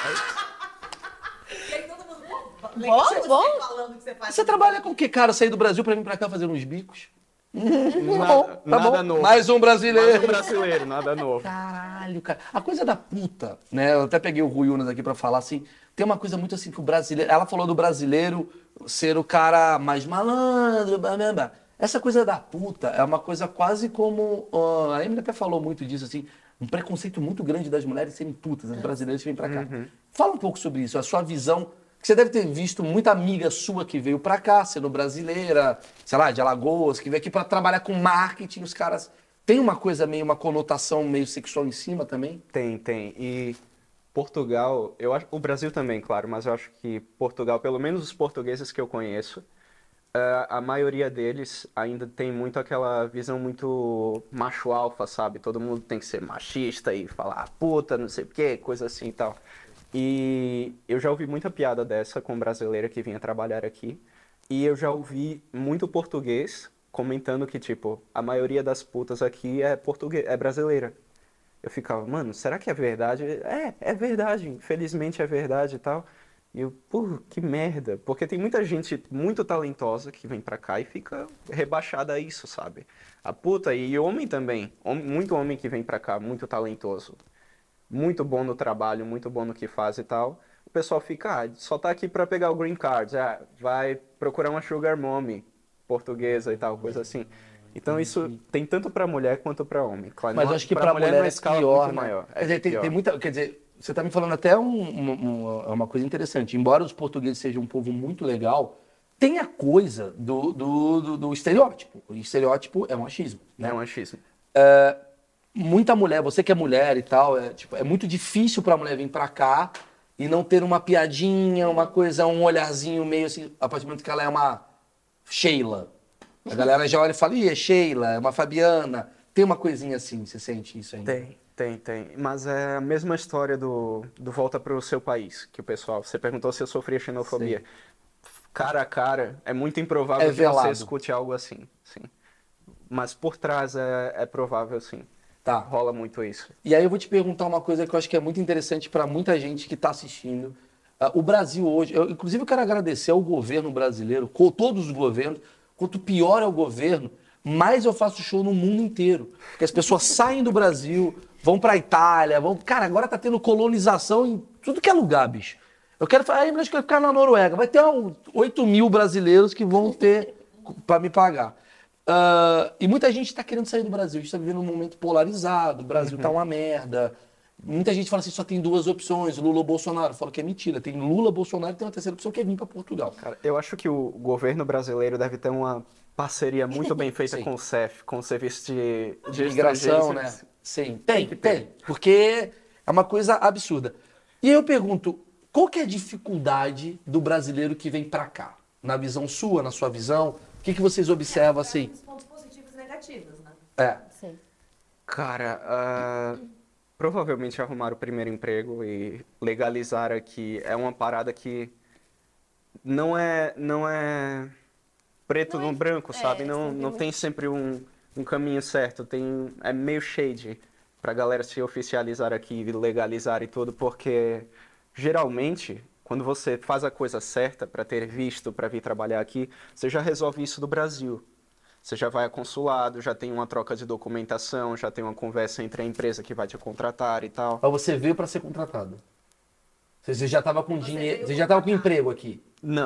E aí todo mundo, pô, Bom, legal você bom. falando que você faz. Você trabalha com o que, cara? Sair do Brasil pra vir pra cá fazer uns bicos? Nada, tá nada bom. novo. Mais um brasileiro. Mais um brasileiro, nada novo. Caralho, cara. A coisa da puta, né? Eu até peguei o Rui Unas aqui pra falar assim. Tem uma coisa muito assim que o brasileiro. Ela falou do brasileiro ser o cara mais malandro, blá, blá, blá. Essa coisa da puta é uma coisa quase como. Uh, a Emily até falou muito disso, assim. Um preconceito muito grande das mulheres serem putas, as brasileiras que vêm pra cá. Uhum. Fala um pouco sobre isso, a sua visão. Que você deve ter visto muita amiga sua que veio pra cá, sendo brasileira, sei lá, de Alagoas, que veio aqui pra trabalhar com marketing. Os caras têm uma coisa meio, uma conotação meio sexual em cima também? Tem, tem. E Portugal, eu acho, o Brasil também, claro, mas eu acho que Portugal, pelo menos os portugueses que eu conheço, uh, a maioria deles ainda tem muito aquela visão muito macho alfa, sabe? Todo mundo tem que ser machista e falar puta, não sei o quê, coisa assim e tal. E eu já ouvi muita piada dessa com brasileira que vinha trabalhar aqui. E eu já ouvi muito português comentando que, tipo, a maioria das putas aqui é português, é brasileira. Eu ficava, mano, será que é verdade? É, é verdade, infelizmente é verdade e tal. E eu, pô, que merda. Porque tem muita gente muito talentosa que vem pra cá e fica rebaixada a isso, sabe? A puta e homem também. Hom- muito homem que vem pra cá, muito talentoso. Muito bom no trabalho, muito bom no que faz e tal. O pessoal fica, ah, só tá aqui pra pegar o green card. Ah, vai procurar uma sugar mommy portuguesa e tal, coisa assim. Então isso tem tanto pra mulher quanto pra homem. Claro, Mas não- eu acho que pra mulher, numa é escala pior, muito né? maior. Quer dizer, tem, pior. tem muita... Quer dizer, você tá me falando até um, um- um- uma coisa interessante. Embora os portugueses sejam um povo muito legal, tem a coisa do, do, do, do estereótipo. O estereótipo é um machismo, né? É um achismo. Muita mulher, você que é mulher e tal, é, tipo, é muito difícil pra mulher vir pra cá e não ter uma piadinha, uma coisa, um olharzinho meio assim, a partir do momento que ela é uma Sheila. A galera já olha e fala, ih, é Sheila, é uma Fabiana. Tem uma coisinha assim, você sente isso ainda? Tem, tem, tem. Mas é a mesma história do, do volta pro seu país, que o pessoal, você perguntou se eu sofria xenofobia. Cara a cara, é muito improvável É que velado. você escute algo assim, sim. Mas por trás é, é provável, sim. Tá. Rola muito isso. E aí eu vou te perguntar uma coisa que eu acho que é muito interessante para muita gente que está assistindo. Ah, o Brasil hoje, eu, inclusive eu quero agradecer ao governo brasileiro, com todos os governos, quanto pior é o governo, mais eu faço show no mundo inteiro. Porque as pessoas saem do Brasil, vão para a Itália, vão... Cara, agora tá tendo colonização em tudo que é lugar, bicho. Eu quero falar, acho que eu ficar na Noruega. Vai ter um, oito mil brasileiros que vão ter para me pagar. Uh, e muita gente está querendo sair do Brasil. A gente está vivendo um momento polarizado. O Brasil tá uma merda. Muita gente fala assim, só tem duas opções, Lula ou Bolsonaro. Eu falo que é mentira. Tem Lula, Bolsonaro e tem uma terceira opção que é vir para Portugal. Cara, eu acho que o governo brasileiro deve ter uma parceria muito bem feita Sim. com o C E F, com o Serviço de, de Imigração, né? Estrangeiros. Sim, tem, que tem. Porque é uma coisa absurda. E aí eu pergunto, qual que é a dificuldade do brasileiro que vem para cá? Na visão sua, na sua visão? O que, que vocês observam assim? Os pontos positivos e negativos, né? É. Sim. Cara, ah, provavelmente arrumar o primeiro emprego e legalizar aqui é uma parada que não é, não é preto Não é- no branco, é, sabe? Não, sempre não muito- tem sempre um, um caminho certo, tem, é meio shady pra galera se oficializar aqui e legalizar e tudo, porque geralmente, quando você faz a coisa certa pra ter visto, pra vir trabalhar aqui, você já resolve isso do Brasil. Você já vai a consulado, já tem uma troca de documentação, já tem uma conversa entre a empresa que vai te contratar e tal. Mas você veio para ser contratado. Você já estava com Você dinheiro, veio você já estava com contratado. emprego aqui. Não,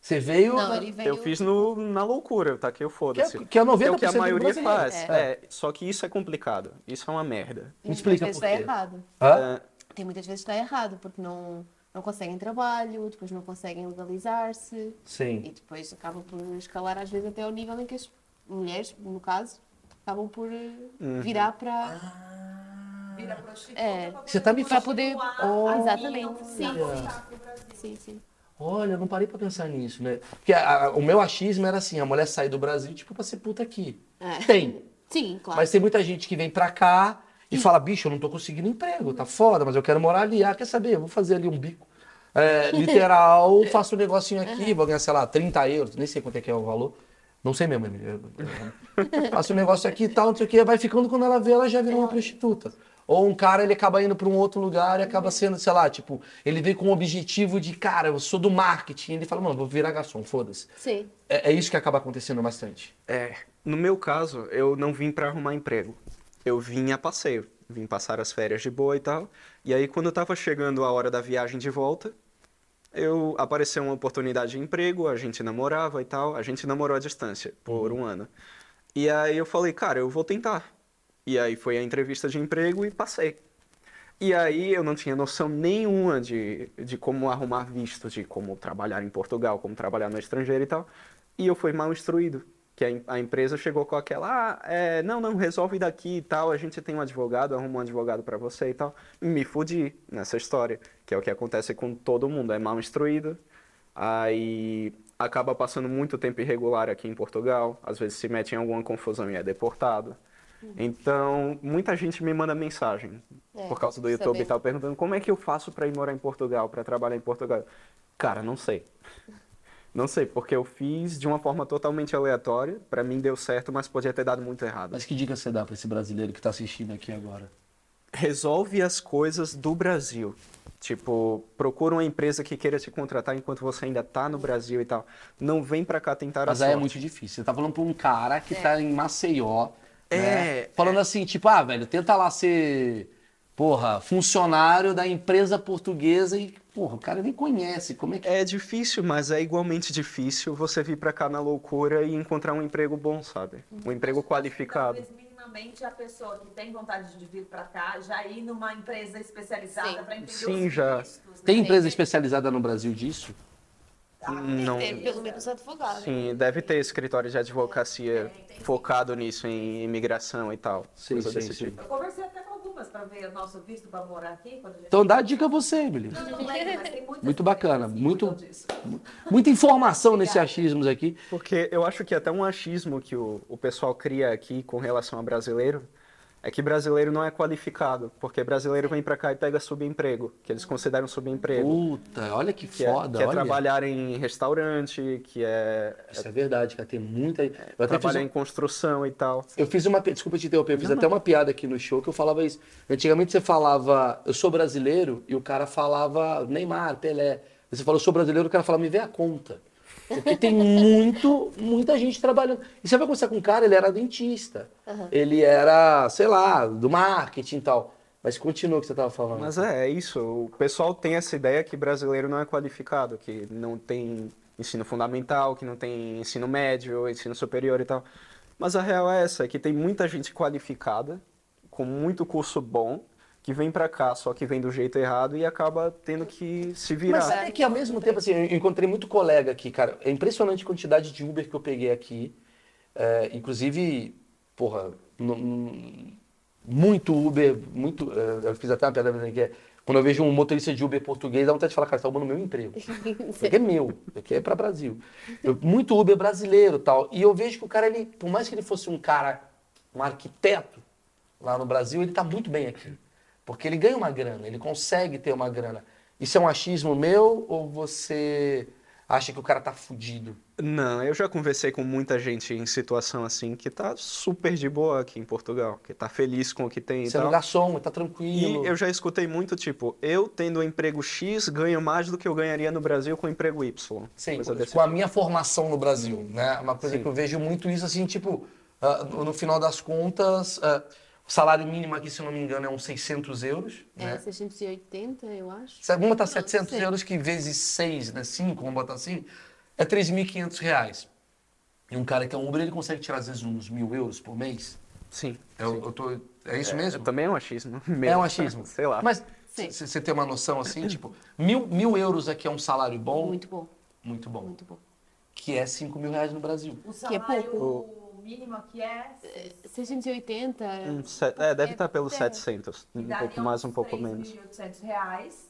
Você veio... Não, na- ele veio... Eu fiz no, na loucura, eu taquei o Que foda-se. é, que é noventa É o que por a cento do maioria brasileiro. faz. É. É, só que isso é complicado. Isso é uma merda. Me explica Muitas por vezes quê. está errado. Hã? Tem muitas vezes que está errado, porque não, não conseguem trabalho, depois não conseguem legalizar-se e Sim. depois acabam por escalar às vezes até ao nível em que as mulheres, no caso, acabam por eh, virar para... Vira prostituta É. pra Você tá me Pra fa- poder... Oh. Exatamente, sim. voltar pro Brasil. Sim, sim. Olha, eu não parei pra pensar nisso, né? Porque a- a- o meu achismo era assim, a mulher sair do Brasil, tipo, pra ser puta aqui. É. Tem. Sim, claro. Mas tem muita gente que vem pra cá e fala, bicho, eu não tô conseguindo emprego, tá foda, mas eu quero morar ali. Ah, quer saber? Eu vou fazer ali um bico. É, literal, faço um negocinho aqui, vou ganhar, sei lá, trinta euros, nem sei quanto é que é o valor. Não sei mesmo, Emílio. Eu- eu- faço um negócio aqui e tal, não sei o que, vai ficando, quando ela vê, ela já vira uma prostituta. Ou um cara, ele acaba indo pra um outro lugar e acaba sendo, sei lá, tipo, ele vem com o objetivo de, cara, eu sou do marketing. Ele fala, mano, vou virar garçom, foda-se. Sim. É, é isso que acaba acontecendo bastante. É, no meu caso, eu não vim pra arrumar emprego. Eu vim a passeio. Vim passar as férias de boa e tal. E aí, quando eu tava chegando a hora da viagem de volta, eu apareceu uma oportunidade de emprego, a gente namorava e tal. A gente namorou à distância por um ano. E aí eu falei, cara, eu vou tentar. E aí foi a entrevista de emprego e passei. E aí eu não tinha noção nenhuma de, de como arrumar visto, de como trabalhar em Portugal, como trabalhar no estrangeiro e tal. E eu fui mal instruído. Que a, em- a empresa chegou com aquela, ah, é, não, não, resolve daqui e tal, a gente tem um advogado, arruma um advogado pra você e tal. E me fudi nessa história, que é o que acontece com todo mundo, é mal instruído. Aí acaba passando muito tempo irregular aqui em Portugal, às vezes se mete em alguma confusão e é deportado. Então, muita gente me manda mensagem É, por causa do YouTube saber. e tal, perguntando como é que eu faço para ir morar em Portugal, para trabalhar em Portugal. Cara, não sei. Não sei, porque eu fiz de uma forma totalmente aleatória. Para mim deu certo, mas podia ter dado muito errado. Mas que dica você dá pra esse brasileiro que tá assistindo aqui agora? Resolve as coisas do Brasil. Tipo, procura uma empresa que queira te contratar enquanto você ainda tá no Brasil e tal. Não vem pra cá tentar a Mas aí é sorte. muito difícil. Você tá falando pra um cara que tá em Maceió, É, né? Falando assim, tipo, ah, velho, tenta lá ser, porra, funcionário da empresa portuguesa e, porra, o cara nem conhece. Como é que... É difícil, mas é igualmente difícil você vir pra cá na loucura e encontrar um emprego bom, sabe? Um emprego qualificado. Talvez minimamente a pessoa que tem vontade de vir pra cá já ir numa empresa especializada Sim. para entender Sim, os já. vistos, né? Tem empresa especializada no Brasil disso? Não. É, pelo menos advogado. Sim, deve ter escritório de advocacia focado nisso, em imigração e tal. Sim, coisa sim, desse sim. tipo. Eu conversei até com algumas para ver o nosso visto para morar aqui. Quando a gente... Então dá a dica a você, Emily. Não, não lembro, mas tem muitas Muito bacana, empresas que muito- cuidam disso. Muita informação nesse achismos aqui. Porque eu acho que até um achismo que o, o pessoal cria aqui com relação a brasileiro é que brasileiro não é qualificado, porque brasileiro vem pra cá e pega subemprego, que eles consideram subemprego. Puta, olha que Que é, foda, que é olha. trabalhar em restaurante, que é, Isso é verdade, cara, tem muita... Eu até fiz trabalhar um- em construção e tal. Eu fiz uma. pi- Desculpa te interromper, eu fiz até uma piada aqui no show que eu falava isso. Antigamente você falava, eu sou brasileiro, e o cara falava Neymar, Pelé. Você falou, eu sou brasileiro, o cara falava, me vê a conta. Porque tem muito, muita gente trabalhando. E você vai conversar com um cara, ele era dentista. Ele era, sei lá, do marketing e tal. Mas continua o que você estava falando. Mas é, é isso. O pessoal tem essa ideia que brasileiro não é qualificado, que não tem ensino fundamental, que não tem ensino médio, ensino superior e tal. Mas a real é essa, é que tem muita gente qualificada, com muito curso bom, que vem pra cá, só que vem do jeito errado e acaba tendo que se virar. Mas sabe que ao mesmo tempo, assim, eu encontrei muito colega aqui, cara. É impressionante a quantidade de Uber que eu peguei aqui. É, inclusive, porra, n- n- muito Uber, muito. é, Eu fiz até uma piada que é. Quando eu vejo um motorista de Uber português, dá vontade de falar, cara, você tá roubando meu emprego. Isso aqui é meu, isso aqui é pra Brasil. Eu- muito Uber brasileiro e tal. E eu vejo que o cara, ele, por mais que ele fosse um cara, um arquiteto lá no Brasil, ele tá muito bem aqui. Porque ele ganha uma grana, ele consegue ter uma grana. Isso é um achismo meu ou você acha que o cara tá fudido? Não, eu já conversei com muita gente em situação assim que tá super de boa aqui em Portugal, que tá feliz com o que tem e Você é um tal. garçom, tá E tranquilo. eu já escutei muito, tipo, eu tendo um emprego X ganho mais do que eu ganharia no Brasil com emprego Y. Sim, Coisa com, desse com a minha formação no Brasil, né? Uma coisa Sim. que eu vejo muito isso, assim, tipo, ah, no no final das contas, ah, o salário mínimo aqui, se eu não me engano, é uns seiscentos euros, É, né? seiscentos e oitenta, eu acho. Se- Vamos botar Não, setecentos sei. euros que vezes seis, né? cinco, vamos botar assim. é três mil e quinhentos reais. E um cara que é um Uber, ele consegue tirar às vezes uns mil euros por mês? Sim. Eu, sim. eu tô, é isso É, mesmo? também é um achismo. É mesmo. um achismo. Sei lá. Mas Sim. você tem uma noção assim, tipo, mil, mil euros aqui é um salário bom? Muito bom, Muito bom. muito bom. Que é cinco mil reais no Brasil. O Que é salário mínimo aqui é... seiscentos e oitenta. Um set- é, deve É, estar pelos é. setecentos. E Um daria pouco mais, um uns pouco menos. três mil e oitocentos reais,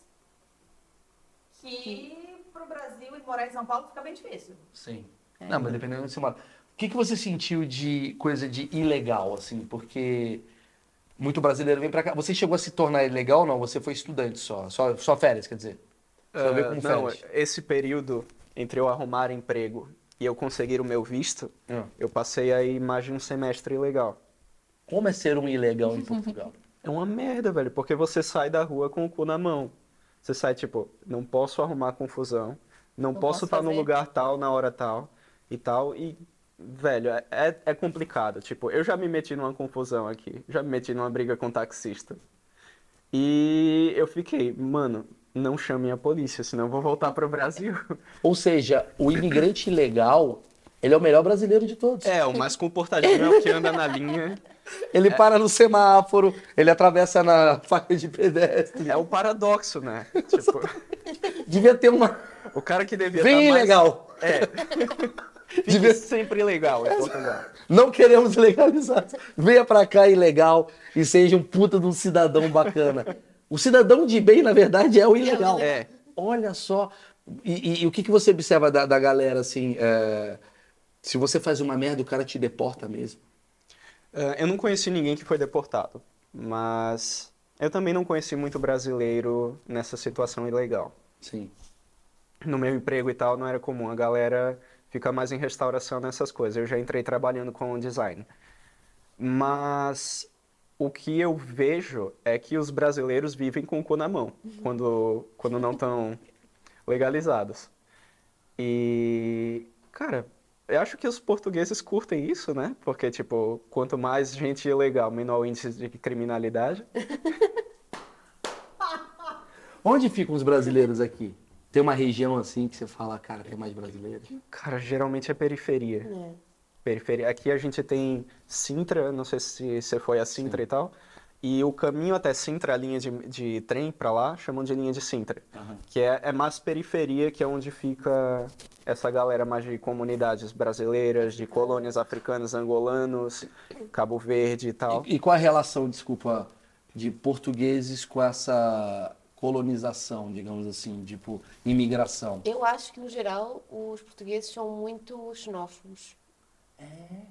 que pro Brasil e morar em São Paulo fica bem difícil. Sim. Não, mas dependendo de onde você mora. O que, que você sentiu de coisa de ilegal, assim? Porque muito brasileiro vem pra cá. Você chegou a se tornar ilegal ou não? Você foi estudante só? Só, só férias, quer dizer? Só veio Ah, como não, férias? esse período entre eu arrumar emprego e eu conseguir o meu visto, Ah. eu passei aí mais de um semestre ilegal. Como é ser um ilegal em Portugal? É uma merda, velho, porque você sai da rua com o cu na mão. Você sai, tipo, não posso arrumar confusão, não, Não posso posso estar no fazer. lugar tal, na hora tal e tal. E, velho, é, é é complicado. Tipo, eu já me meti numa confusão aqui, já me meti numa briga com um taxista. E eu fiquei, mano, não chamem a polícia, senão eu vou voltar pro Brasil. Ou seja, o imigrante ilegal, ele é o melhor brasileiro de todos. É, o mais comportadinho é o que anda na linha. Ele para no semáforo, ele atravessa na faixa de pedestre. É o paradoxo, né? Tipo, Devia ter uma... o cara que devia Bem estar mais... ilegal. É. Fique Devia- sempre ilegal em Portugal. Não queremos legalizar. Venha pra cá ilegal e seja um puta de um cidadão bacana. O cidadão de bem, na verdade, é o ilegal. É. Olha só. E, e- e o que, que você observa da, da galera, assim? é, Se você faz uma merda, o cara te deporta mesmo. Ah, eu não conheci ninguém que foi deportado, mas eu também não conheci muito brasileiro nessa situação ilegal. Sim. No meu emprego e tal, não era comum. A galera fica mais em restauração nessas coisas. Eu já entrei trabalhando com design. Mas o que eu vejo é que os brasileiros vivem com o cu na mão, quando, quando não estão legalizados. E, cara, eu acho que os portugueses curtem isso, né? Porque, tipo, quanto mais gente ilegal, menor o índice de criminalidade. Onde ficam os brasileiros aqui? Tem uma região assim que você fala, cara, tem mais brasileiros? Cara, geralmente é periferia. É. Periferia. Aqui a gente tem Sintra, não sei se você foi a Sintra e tal. E o caminho até Sintra, a linha de, de trem pra lá, chamam de linha de Sintra. Que é, é mais periferia, que é onde fica essa galera mais de comunidades brasileiras, de colônias africanas, angolanos, Cabo Verde e tal. E, e qual a relação, desculpa, de portugueses com essa colonização, digamos assim, tipo, imigração? Eu acho que, no geral, os portugueses são muito xenófobos. É?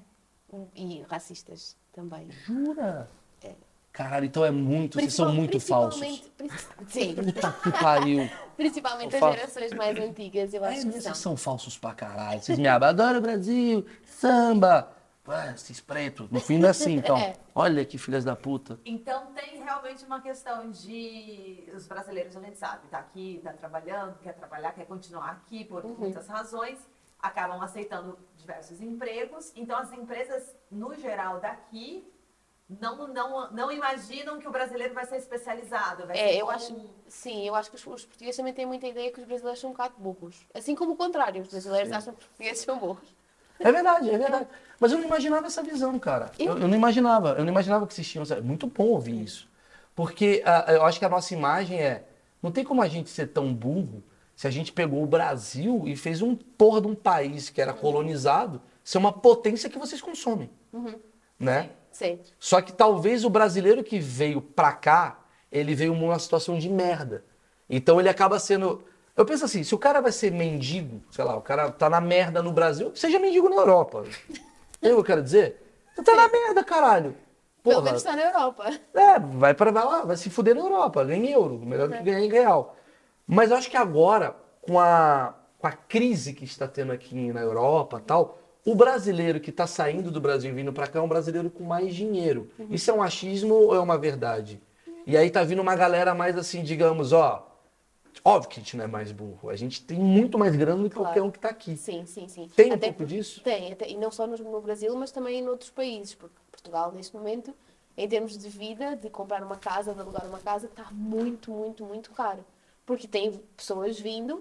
E racistas também. Jura? Caralho, então é muito, vocês são muito falsos. Principalmente- Sim. Puta que pariu. Principalmente Eu as faço- gerações mais antigas, eu É acho que mesmo, são. vocês são falsos pra caralho. Vocês me abram, adoro o Brasil, samba. Ué, esses pretos. No fim não é assim, então. É. Olha que filhas da puta. Então tem realmente uma questão de os brasileiros, a gente sabe, tá aqui, tá trabalhando, quer trabalhar, quer continuar aqui por muitas razões, acabam aceitando diversos empregos. Então as empresas, no geral, daqui não, não, não imaginam que o brasileiro vai ser especializado. Vai É, ser eu bom. acho, sim, eu acho que os, os portugueses também têm muita ideia que os brasileiros são um bocado burros. Assim como o contrário, os brasileiros acham que os portugueses são burros. É verdade, é verdade. Mas eu não imaginava essa visão, cara. Eu, eu não imaginava. Eu não imaginava que existiam. É muito bom ouvir isso. Porque ah, eu acho que a nossa imagem é... Não tem como a gente ser tão burro se a gente pegou o Brasil e fez um porra de um país que era colonizado ser uma potência que vocês consomem. Né? Sim. Só que talvez o brasileiro que veio pra cá, ele veio numa situação de merda. Então ele acaba sendo... Eu penso assim, se o cara vai ser mendigo, sei lá, o cara tá na merda no Brasil, seja mendigo na Europa. Entendeu o que eu quero dizer? Você tá na merda, caralho. Pelo Porra, menos está na Europa. é, vai para vai lá, vai se fuder na Europa, ganha em euro, melhor do que ganhar em real. Mas eu acho que agora, com a, com a crise que está tendo aqui na Europa e tal, o brasileiro que está saindo do Brasil e vindo para cá é um brasileiro com mais dinheiro. Isso é um achismo ou é uma verdade? E aí tá vindo uma galera mais assim, digamos, ó, óbvio que a gente não é mais burro, a gente tem muito mais grana do que Claro. qualquer um que tá aqui. Sim, sim, sim. Tem um Até pouco por- disso? Tem, até, e não só no, no Brasil, mas também em outros países, porque Portugal, neste momento, em termos de vida, de comprar uma casa, de alugar uma casa, está muito, muito, muito caro. Porque tem pessoas vindo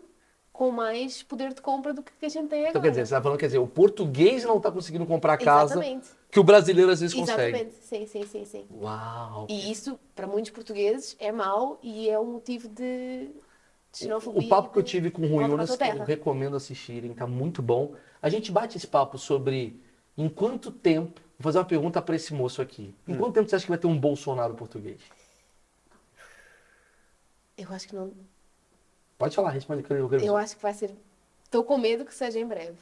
com mais poder de compra do que a gente tem agora. Então, quer dizer, você tá falando, quer dizer, o português não tá conseguindo comprar casa Exatamente. que o brasileiro às vezes consegue. Exatamente, sim, sim, sim, sim. Uau! E isso, para muitos portugueses, é mau e é um motivo de, de xenofobia. O papo que eu de- tive com o Rui volta Unas, pra tua eu terra. recomendo assistirem, tá muito bom. A gente bate esse papo sobre em quanto tempo, vou fazer uma pergunta para esse moço aqui. Em quanto tempo você acha que vai ter um Bolsonaro português? Eu acho que não. Pode falar, responde. que eu quero- Eu acho que vai ser. Estou com medo que seja em breve.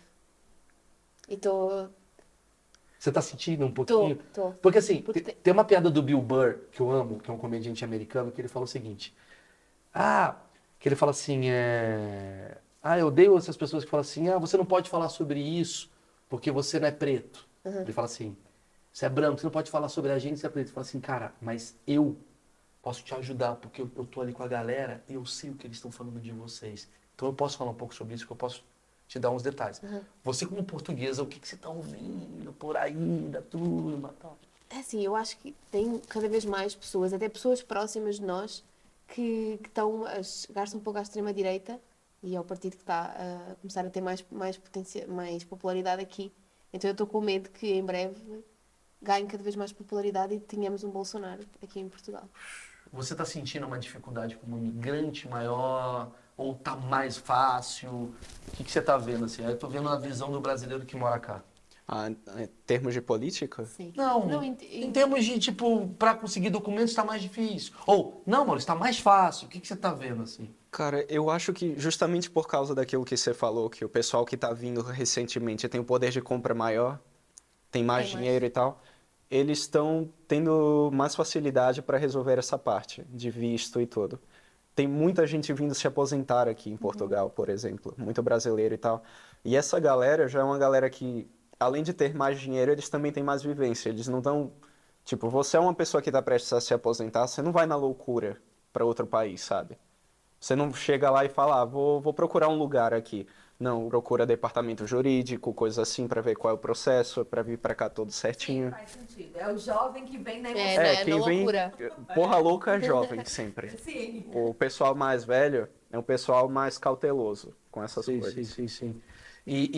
E estou. Você tá sentindo um Estou. pouquinho? Estou. Porque assim, Porque te- tem- tem uma piada do Bill Burr, que eu amo, que é um comediante americano, que ele fala o seguinte. Ah, que ele fala assim, é... Ah, eu odeio essas pessoas que falam assim, ah, você não pode falar sobre isso, porque você não é preto. Ele fala assim, você é branco, você não pode falar sobre a gente, você é preto. Ele fala assim, cara, mas eu posso te ajudar, porque eu, eu tô ali com a galera e eu sei o que eles estão falando de vocês. Então eu posso falar um pouco sobre isso, que eu posso te dar uns detalhes. Você como portuguesa, o que, que você tá ouvindo por aí, da turma e tal? É assim, eu acho que tem cada vez mais pessoas, até pessoas próximas de nós, que, que estão a chegar-se um pouco à extrema-direita e é o partido que está a começar a ter mais, mais, potencia, mais popularidade aqui. Então eu estou com medo que em breve ganhe cada vez mais popularidade e tenhamos um Bolsonaro aqui em Portugal. Você está sentindo uma dificuldade como imigrante maior? Ou tá mais fácil? O que, que você está vendo assim? Eu estou vendo a visão do brasileiro que mora cá. Ah, em termos de política? Sim. Não, Não, em, em em- termos de, tipo, para conseguir documentos está mais difícil. Ou, não, Maurício, está mais fácil. O que, que você está vendo assim? Cara, eu acho que justamente por causa daquilo que você falou, que o pessoal que tá vindo recentemente tem o poder de compra maior, tem mais Tem mais. dinheiro e tal, eles estão tendo mais facilidade para resolver essa parte de visto e tudo. Tem muita gente vindo se aposentar aqui em Portugal, por exemplo, muito brasileiro e tal. E essa galera já é uma galera que, além de ter mais dinheiro, eles também têm mais vivência. Eles não estão... Tipo, você é uma pessoa que está prestes a se aposentar, você não vai na loucura para outro país, sabe? Você não chega lá e fala, ah, vou, vou procurar um lugar aqui. Não, procura departamento jurídico, coisa assim, para ver qual é o processo, para vir para cá todo certinho. Faz sentido. É o jovem que vem na É, emoção. né? É, quem na vem... loucura. Porra louca é jovem, sempre. Sim. O pessoal mais velho é um pessoal mais cauteloso com essas Sim, coisas. sim, sim, sim. E,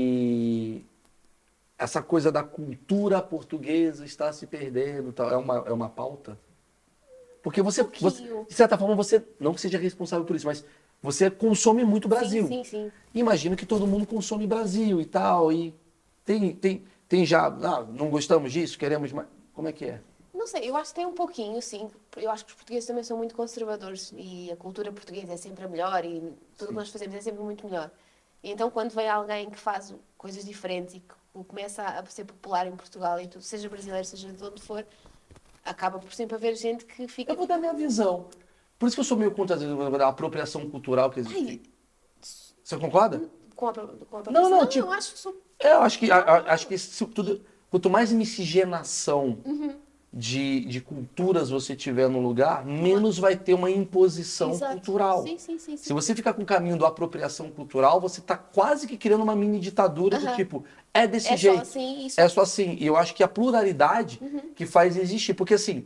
e essa coisa da cultura portuguesa está se perdendo, tal, é uma, é uma pauta? Porque você, Um você, pouquinho. de certa forma, você não que seja responsável por isso, mas você consome muito Brasil. Sim, sim, sim. Imagino que todo mundo consome Brasil e tal, e tem, tem, tem já, ah, não gostamos disso, queremos mais. Como é que é? Não sei, eu acho que tem um pouquinho, sim. Eu acho que os portugueses também são muito conservadores e a cultura portuguesa é sempre a melhor e tudo o que nós fazemos é sempre muito melhor. E então, quando vem alguém que faz coisas diferentes e que começa a ser popular em Portugal e tudo, seja brasileiro, seja de onde for, acaba por sempre haver gente que fica. Eu vou dar minha visão. Por isso que eu sou meio contra às vezes, a apropriação cultural que existe. Ai, Você concorda? com a, com a Não, não, não, tipo- eu acho que sou. É, eu acho que, a- a- acho que isso tudo, quanto mais miscigenação de, de culturas você tiver no lugar, menos vai ter uma imposição Exato. cultural. Sim, sim, sim, sim. Se você ficar com o caminho da apropriação cultural, você está quase que criando uma mini ditadura do Aham. tipo, é desse É só jeito. assim, isso. É só assim. E eu acho que a pluralidade que faz existir. Porque assim,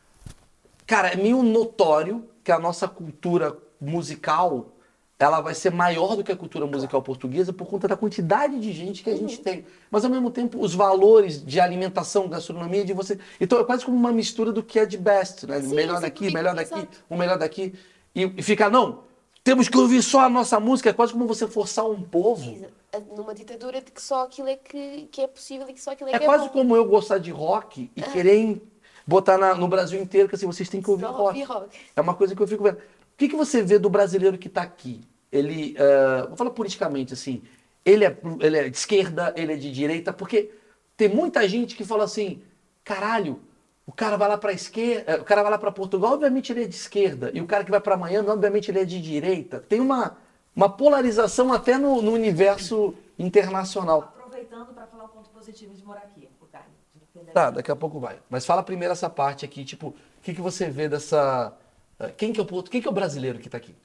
cara, é meio notório que a nossa cultura musical ela vai ser maior do que a cultura musical portuguesa por conta da quantidade de gente que a gente tem. Mas ao mesmo tempo, os valores de alimentação, gastronomia, de você. Então é quase como uma mistura do que é de best, né? Sim, melhor sim, daqui, fica- melhor daqui, exato. o melhor daqui. E, e ficar, não, temos que ouvir só a nossa música. É quase como você forçar um povo. Numa ditadura de que só aquilo é que, que é possível e que só aquilo é, É que quase é bom. como eu gostar de rock e querer em- botar na- no Brasil inteiro que assim, vocês têm que ouvir Só rock. ouvir rock. É uma coisa que eu fico vendo. O que, que você vê do brasileiro que está aqui? Ele, ah, vou falar politicamente assim, ele é, ele é de esquerda, ele é de direita, porque tem muita gente que fala assim, caralho, o cara vai lá para esquerda, o cara vai lá para Portugal, obviamente ele é de esquerda, e o cara que vai para Miami, obviamente ele é de direita. Tem uma, uma polarização até no, no universo internacional. Aproveitando para falar o ponto positivo de morar aqui, o Caio. de defender Tá, a- daqui a pouco vai. Mas fala primeiro essa parte aqui, tipo, o que, que você vê dessa... Quem que é o, portu- quem que é o brasileiro que tá aqui?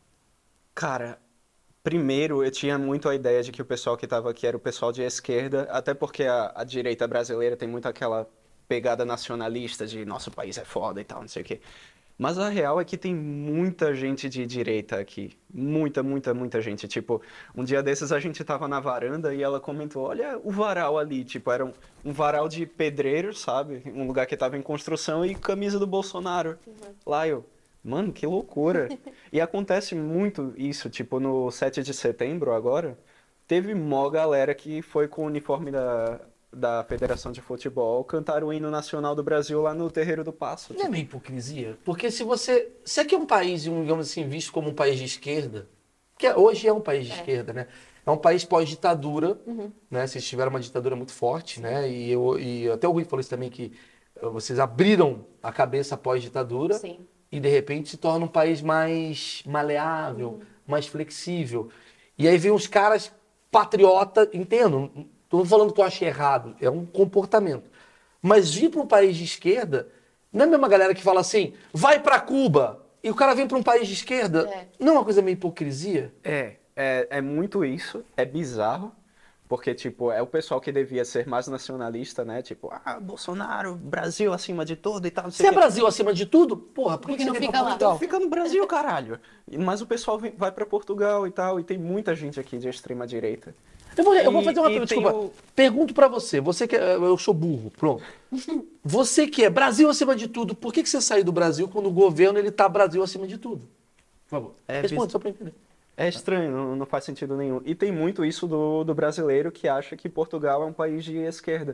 Cara, primeiro eu tinha muito a ideia de que o pessoal que estava aqui era o pessoal de esquerda, até porque a, a direita brasileira tem muito aquela pegada nacionalista de nosso país é foda e tal, não sei o quê. Mas a real é que tem muita gente de direita aqui. Muita, muita, muita gente. Tipo, um dia desses a gente tava na varanda e ela comentou, olha o varal ali. Tipo, era um, um varal de pedreiros, sabe? Um lugar que tava em construção e camisa do Bolsonaro. Lá eu, mano, que loucura. E acontece muito isso, tipo, no sete de setembro agora, teve mó galera que foi com o uniforme da... da Federação de Futebol, cantar o hino nacional do Brasil lá no Terreiro do Paço. Não é meio hipocrisia? Porque se você... Se aqui é um país, um, digamos assim, visto como um país de esquerda, que hoje é um país de é. esquerda, né? É um país pós-ditadura, uhum. né? Vocês tiveram uma ditadura muito forte, né? E, eu, e até o Rui falou isso também, que vocês abriram a cabeça pós-ditadura Sim. e, de repente, se torna um país mais maleável, uhum. mais flexível. E aí vem os caras patriotas, entendo, não estou falando que eu achei errado, é um comportamento. Mas vir para um país de esquerda, não é a mesma galera que fala assim, vai para Cuba, e o cara vem para um país de esquerda, é. não é uma coisa meio hipocrisia? É, é, é muito isso, é bizarro, porque, tipo, é o pessoal que devia ser mais nacionalista, né? Tipo, ah, Bolsonaro, Brasil acima de tudo e tal. Não sei Se é que... Brasil acima de tudo, porra, por que, que não você fica lá? Então, fica no Brasil, caralho. Mas o pessoal vem, vai para Portugal e tal, e tem muita gente aqui de extrema direita. Eu vou, eu vou fazer uma e, pergunta, e desculpa. o... Pergunto pra você, você que é, eu sou burro, pronto. Você que é Brasil acima de tudo, por que, que você saiu do Brasil quando o governo ele tá Brasil acima de tudo? Por favor, é, responde só pra entender. É estranho, não, não faz sentido nenhum. E tem muito isso do, do brasileiro que acha que Portugal é um país de esquerda.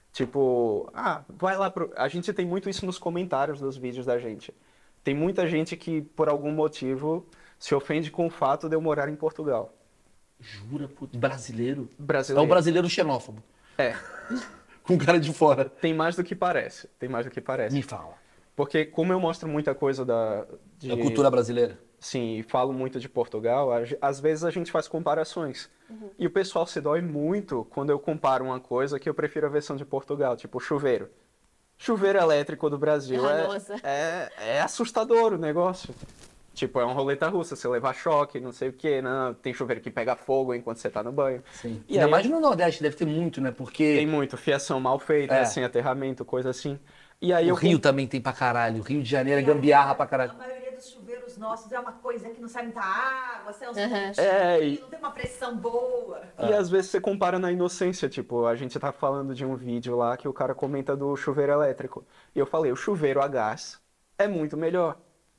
Tipo, ah, vai lá pro... A gente tem muito isso nos comentários dos vídeos da gente. Tem muita gente que, por algum motivo, se ofende com o fato de eu morar em Portugal. Jura, puto? Brasileiro? Brasileiro. É um brasileiro xenófobo. É. Com cara de fora. Tem mais do que parece. Tem mais do que parece. Me fala. Porque como eu mostro muita coisa da... De... Da cultura brasileira? Sim, e falo muito de Portugal, às vezes a gente faz comparações. Uhum. E o pessoal se dói muito quando eu comparo uma coisa que eu prefiro a versão de Portugal, tipo chuveiro. Chuveiro elétrico do Brasil ah, é, é, é assustador o negócio. Tipo, é uma roleta russa, você levar choque, não sei o quê, não, tem chuveiro que pega fogo enquanto você tá no banho. Sim. E ainda aí, mais no Nordeste, deve ter muito, né? Porque... Tem muito, fiação mal feita, é. sem aterramento, coisa assim. E aí o eu... Rio também tem pra caralho, o Rio de Janeiro é gambiarra pra caralho. A maioria dos chuveiros nossos é uma coisa que não sai muita água, sai uns uhum. é, e... não tem uma pressão boa. E às vezes você compara na inocência, tipo, a gente tá falando de um vídeo lá que o cara comenta do chuveiro elétrico. E eu falei, o chuveiro a gás é muito melhor.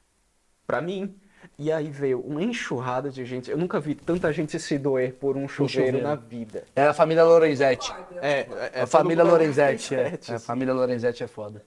Pra mim. E aí veio uma enxurrada de gente. Eu nunca vi tanta gente se doer por um chuveiro, chuveiro. na vida. É a família Lorenzetti. É, é, é a família Lorenzetti. É. É, a família Lorenzetti é foda.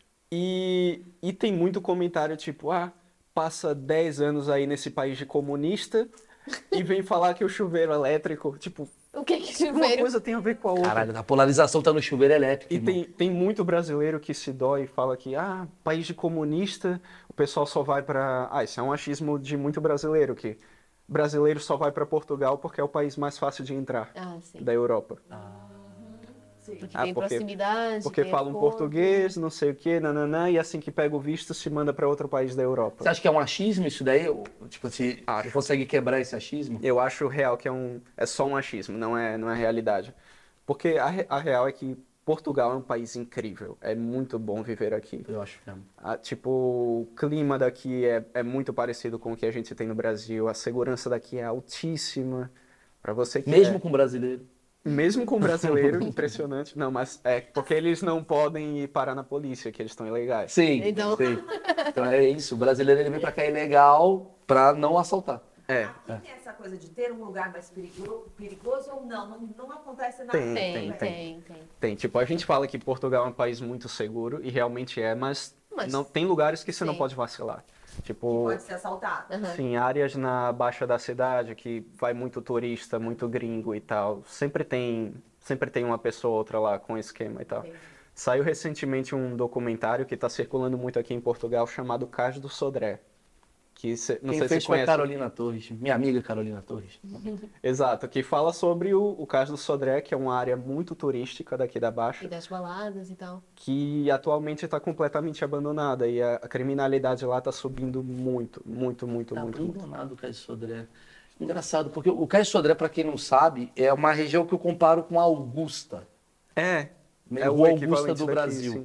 E, e tem muito comentário tipo, ah, passa dez anos aí nesse país de comunista e vem falar que o chuveiro elétrico, tipo... O que que chuveiro? Uma coisa tem a ver com a outra. Caralho, a polarização tá no chuveiro elétrico. E tem, tem muito brasileiro que se dói e fala que, ah, país de comunista, o pessoal só vai pra... Ah, isso é um achismo de muito brasileiro, que brasileiro só vai pra Portugal porque é o país mais fácil de entrar ah, sim. da Europa. Ah. Porque ah, tem porque, proximidade. Porque tem falam acordo. português, não sei o quê, nananã, e assim que pega o visto se manda para outro país da Europa. Você acha que é um achismo isso daí? Ou, tipo, se você consegue quebrar esse achismo? Eu acho real que é, um, é só um achismo, não é, não é realidade. Porque a, a real é que Portugal é um país incrível, é muito bom viver aqui. Eu acho mesmo. Ah, tipo, o clima daqui é, é muito parecido com o que a gente tem no Brasil, a segurança daqui é altíssima. Para você que Mesmo é... com brasileiro? Mesmo com brasileiro, impressionante. Não, mas é porque eles não podem ir parar na polícia, que eles estão ilegais. Sim, então... sim. Então é isso, o brasileiro ele vem pra cá ilegal pra não assaltar. É. Aqui é. tem essa coisa de ter um lugar mais perigoso, perigoso ou não? não? Não acontece nada. Tem, Tem, tem, tem, tem. Tem, tipo, a gente fala que Portugal é um país muito seguro, e realmente é, mas, Mas- não, tem lugares que você Sim. não pode vacilar. Tipo, Pode ser assaltado. Uhum. sim, áreas na baixa da cidade que vai muito turista, muito gringo e tal. Sempre tem, sempre tem uma pessoa ou outra lá com esquema e tal. Entendi. Saiu recentemente um documentário que está circulando muito aqui em Portugal chamado Cais do Sodré. Que cê, não Quem sei fez se foi conhece. Carolina Torres, minha amiga Carolina Torres. Exato, que fala sobre o, o Cais do Sodré, que é uma área muito turística daqui da Baixa, E das baladas e tal. que atualmente está completamente abandonada e a, a criminalidade lá está subindo muito, muito, muito, Tá muito, muito. abandonado o Cais de Sodré. Engraçado, porque o Cais de Sodré, pra quem não sabe, é uma região que eu comparo com a Augusta. É, Meio é Rua o Augusta equivalente do daqui, Brasil. sim.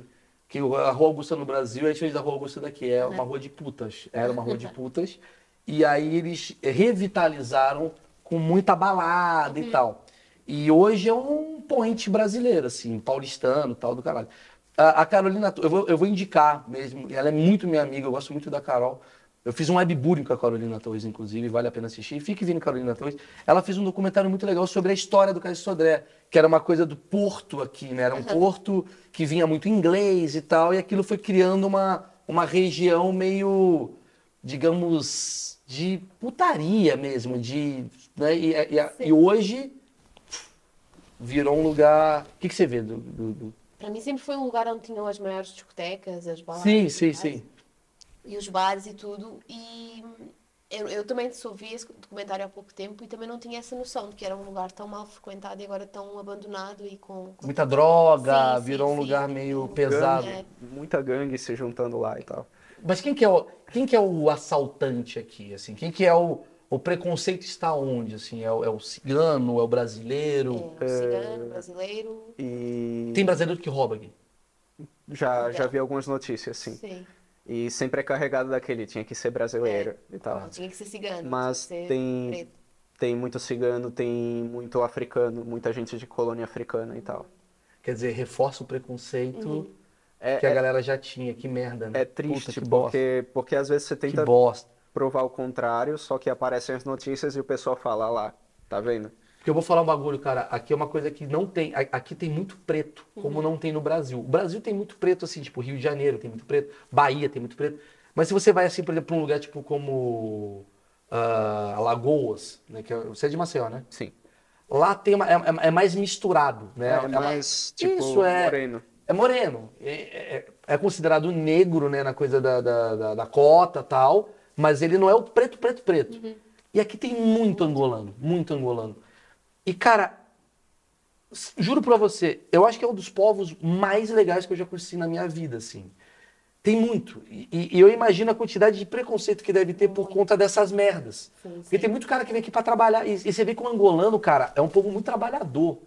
que a Rua Augusta no Brasil é diferente da Rua Augusta daqui, é uma rua de putas. Era uma rua de putas. E aí eles revitalizaram com muita balada e tal. E hoje é um point brasileiro, assim, paulistano, tal, do caralho. A, a Carolina, eu vou, eu vou indicar mesmo, ela é muito minha amiga, eu gosto muito da Carol. Eu fiz um webbullying com a Carolina Torres, inclusive, vale a pena assistir. Fique vindo Carolina Torres. Ela fez um documentário muito legal sobre a história do Cais Sodré, que era uma coisa do porto aqui, né? Era um porto que vinha muito inglês e tal, e aquilo foi criando uma, uma região meio, digamos, de putaria mesmo, de, né? e, e, e hoje virou um lugar... O que, que você vê do... do, do... Para mim sempre foi um lugar onde tinham as maiores discotecas, as baladas. Sim, sim, sim. E os bares e tudo. E eu, eu também só vi esse documentário há pouco tempo e também não tinha essa noção de que era um lugar tão mal frequentado e agora tão abandonado e com... com... Muita droga, Sim, virou sim, um sim. lugar meio Gangue. pesado. É. Muita gangue se juntando lá e tal. Mas quem que é o, quem que é o assaltante aqui, assim? Quem que é o... O preconceito está onde, assim? É o, é o cigano, é o brasileiro? É, o cigano, brasileiro. E Tem brasileiro que rouba aqui? já, já vi algumas notícias, sim. Sim. E sempre é carregado daquele, tinha que ser brasileiro e tal. Não tinha que ser cigano. Mas tinha que ser tem, preto. tem muito cigano, tem muito africano, muita gente de colônia africana e tal. Quer dizer, reforça o preconceito É, que a é, galera já tinha. Que merda, né? é Puta, triste, que bosta. porque, porque às vezes você Que tenta bosta. provar o contrário, só que aparecem as notícias e o pessoal fala lá, tá vendo? Porque eu vou falar um bagulho, cara. Aqui é uma coisa que não tem. a- Aqui tem muito preto, como não tem no Brasil. O Brasil tem muito preto, assim, tipo Rio de Janeiro tem muito preto, Bahia tem muito preto. Mas se você vai, assim, por exemplo, pra um lugar tipo como ah, Alagoas, né? Que é, você é de Maceió, né? Sim. Lá tem uma, é, é- é mais misturado, né? É mais, tipo, Isso é, moreno. É moreno. É, é- é considerado negro, né, na coisa da, da, da, da cota e tal, mas ele não é o preto, preto, preto. E aqui tem muito angolano, muito angolano. E, cara, s- juro pra você, eu acho que é um dos povos mais legais que eu já conheci na minha vida, assim. Tem muito. E, e- e eu imagino a quantidade de preconceito que deve ter por conta dessas merdas. Sim, Porque sim. tem muito cara que vem aqui pra trabalhar. E, e você vê que o angolano, cara, é um povo muito trabalhador.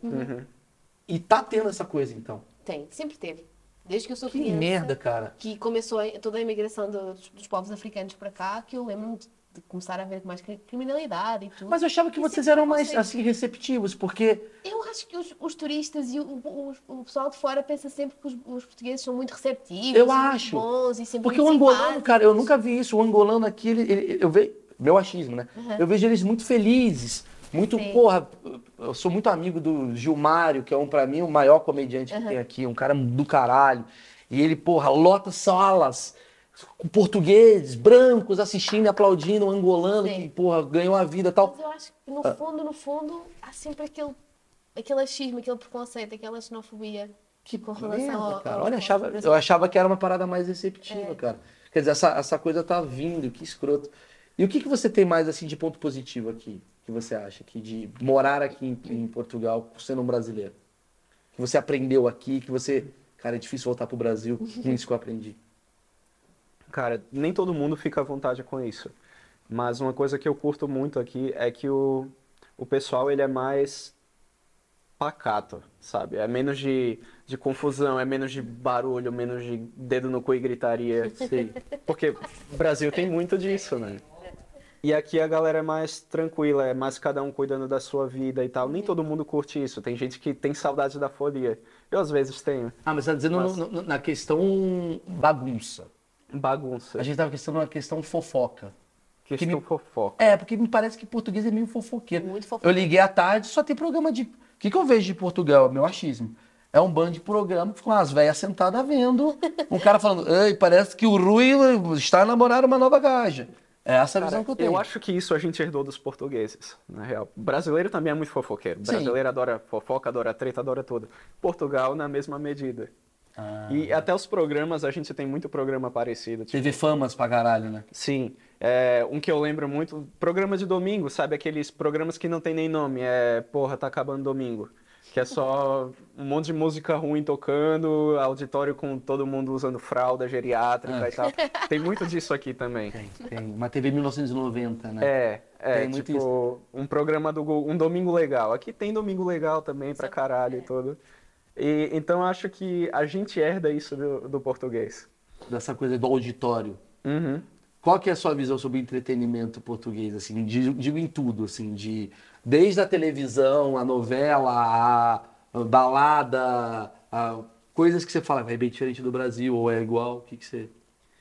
E tá tendo essa coisa, então. Tem, sempre teve. Desde que eu sou Que criança. merda, cara. Que começou a- toda a imigração dos, dos povos africanos para cá, que eu lembro de, de começar a ver mais cri- criminalidade e tudo. Mas eu achava que E vocês sempre eram mais, preconceito. assim, receptivos, porque... Eu acho que os, os turistas e o, o, o pessoal de fora pensa sempre que os, os portugueses são muito receptivos, Eu e muito acho. bons e sempre Porque o muito angolano, simpáticos. cara, eu nunca vi isso. O angolano aqui, ele, ele- eu vejo... Meu achismo, né? Eu vejo eles muito felizes. Muito, Sim. porra... Eu sou muito amigo do Gilmário, que é um, pra mim, o maior comediante que tem aqui. Um cara do caralho. E ele, porra, lota salas com portugueses, brancos, assistindo e aplaudindo um angolano Sim. que, porra, ganhou a vida e tal. Mas eu acho que no Ah. fundo, no fundo, há sempre aquele, aquele achismo, aquele preconceito, aquela xenofobia Que com relação merda, ao, cara. ao- Olha, ao achava, eu brasileiro. achava que era uma parada mais receptiva, É. cara. Quer dizer, essa, essa coisa tá vindo, que escroto. E o que, que você tem mais, assim, de ponto positivo aqui, que você acha, aqui, de morar aqui em, em Portugal, sendo um brasileiro? Que você aprendeu aqui, que você... Cara, é difícil voltar pro Brasil com isso que eu aprendi. Cara, nem todo mundo fica à vontade com isso. Mas uma coisa que eu curto muito aqui é que o, o pessoal, ele é mais pacato, sabe? É menos de, de confusão, é menos de barulho, menos de dedo no cu e gritaria. Sei. Porque o Brasil tem muito disso, né? E aqui a galera é mais tranquila, é mais cada um cuidando da sua vida e tal. Nem todo mundo curte isso. Tem gente que tem saudade da folia. Eu às vezes tenho. Ah, mas você tá dizendo Mas- no- no- na questão bagunça. Bagunça. A gente tava questão na questão fofoca. Questão que me- fofoca. É, porque me parece que português é meio fofoqueiro. Muito fofoqueiro. Eu liguei à tarde, só tem programa de... O que, que eu vejo de Portugal? Meu achismo. É um bando de programa com as velhas sentadas vendo. Um cara falando, ei, parece que o Rui está a namorar uma nova gaja. É essa a visão Cara, que eu tenho. eu acho que isso a gente herdou dos portugueses, na real. O brasileiro também é muito fofoqueiro. O Sim. brasileiro adora fofoca, adora treta, adora tudo. Portugal, na mesma medida. Ah. E até os programas, a gente tem muito programa parecido. Tipo, Teve famas pra caralho, né? sim, é, um que eu lembro muito, programa de domingo, sabe? Aqueles programas que não tem nem nome, é, porra, tá acabando domingo. Que é só um monte de música ruim tocando, auditório com todo mundo usando fralda geriátrica Ah. e tal. Tem muito disso aqui também. Tem, tem. Uma T V mil novecentos e noventa, né? É, é, Tem muito tipo, um programa do Google, um domingo legal. Aqui tem domingo legal também pra caralho e tudo. E, então eu acho que a gente herda isso do, do português. Dessa coisa do auditório. Uhum. Qual que é a sua visão sobre o entretenimento português, assim, digo, digo em tudo, assim, de desde a televisão, a novela, a, a balada, a coisas que você fala, é bem diferente do Brasil, ou é igual, o que que você...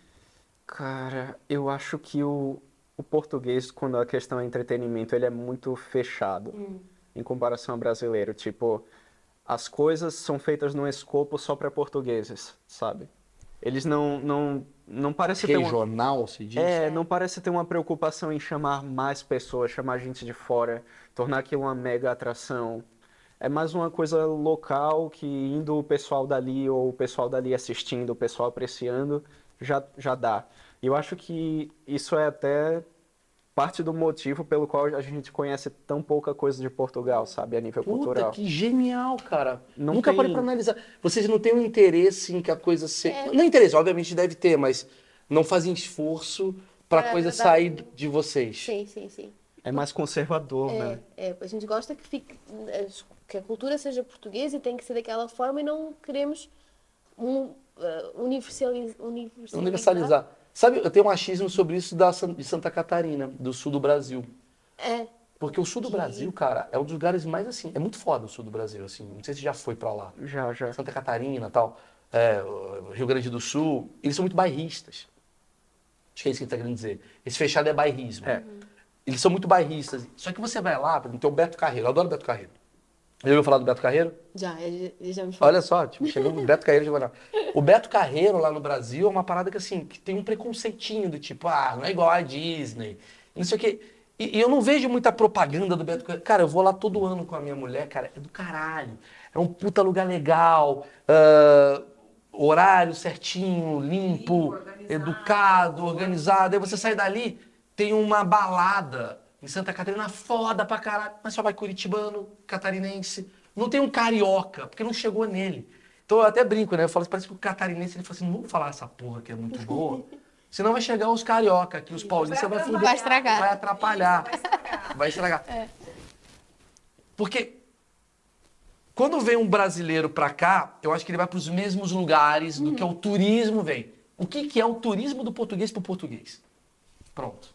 Cara, eu acho que o, o português, quando a questão é entretenimento, ele é muito fechado em comparação ao brasileiro. Tipo, as coisas são feitas num escopo só para portugueses, sabe? Eles não, não, não parecem ter uma... Regional, se diz? É, não parece ter uma preocupação em chamar mais pessoas, chamar gente de fora, tornar aquilo uma mega atração. É mais uma coisa local que indo o pessoal dali ou o pessoal dali assistindo, o pessoal apreciando, já, já dá. E eu acho que isso é até parte do motivo pelo qual a gente conhece tão pouca coisa de Portugal, sabe, a nível Puta, cultural. que genial, cara. Não Nunca tem- parei pra analisar. Vocês não têm um interesse em que a coisa seja... Não interesse, obviamente deve ter, mas não fazem esforço pra Pra coisa dar- sair de vocês. Sim, sim, sim. É mais conservador, né? É, é, a gente gosta que, fique, que a cultura seja portuguesa e tem que ser daquela forma e não queremos um, uh, universaliz, universalizar. Universalizar. Sabe, eu tenho um achismo sobre isso da, San- de Santa Catarina, do sul do Brasil. É, Porque o sul do Brasil, cara, é um dos lugares mais assim. É muito foda o sul do Brasil, assim. Não sei se já foi pra lá. Já, já. Santa Catarina e tal. É, o Rio Grande do Sul. Eles são muito bairristas. Acho que é isso que ele tá querendo dizer. Esse fechado é bairrismo. É. Eles são muito bairristas. Só que você vai lá, por exemplo, tem o Beto Carreiro. Eu adoro o Beto Carreiro. Já ouviu falar do Beto Carreiro? já, ele ele já me falou. Olha só, tipo, chegou o Beto Carreiro, chegou lá. O Beto Carreiro lá no Brasil é uma parada que assim, que tem um preconceitinho do tipo, ah, não é igual a Disney, e não sei o quê. E, e eu não vejo muita propaganda do Beto Carreiro. Cara, eu vou lá todo ano com a minha mulher, cara, é do caralho. É um puta lugar legal, ah, horário certinho, limpo, Limpo, organizado. educado, organizado. Aí você sai dali, tem uma balada em Santa Catarina foda pra caralho, mas só vai curitibano, catarinense. Não tem um carioca, porque não chegou nele. Então eu até brinco, né? Eu falo, parece que o catarinense, ele fala assim, não vamos falar essa porra que é muito boa, senão vai chegar os carioca aqui, os paulistas, vai fuder. Vai estragar. Vai atrapalhar. Vai estragar. Vai estragar. Porque quando vem um brasileiro pra cá, eu acho que ele vai pros mesmos lugares do que o turismo vem. O que, que é o turismo do português pro português? Pronto.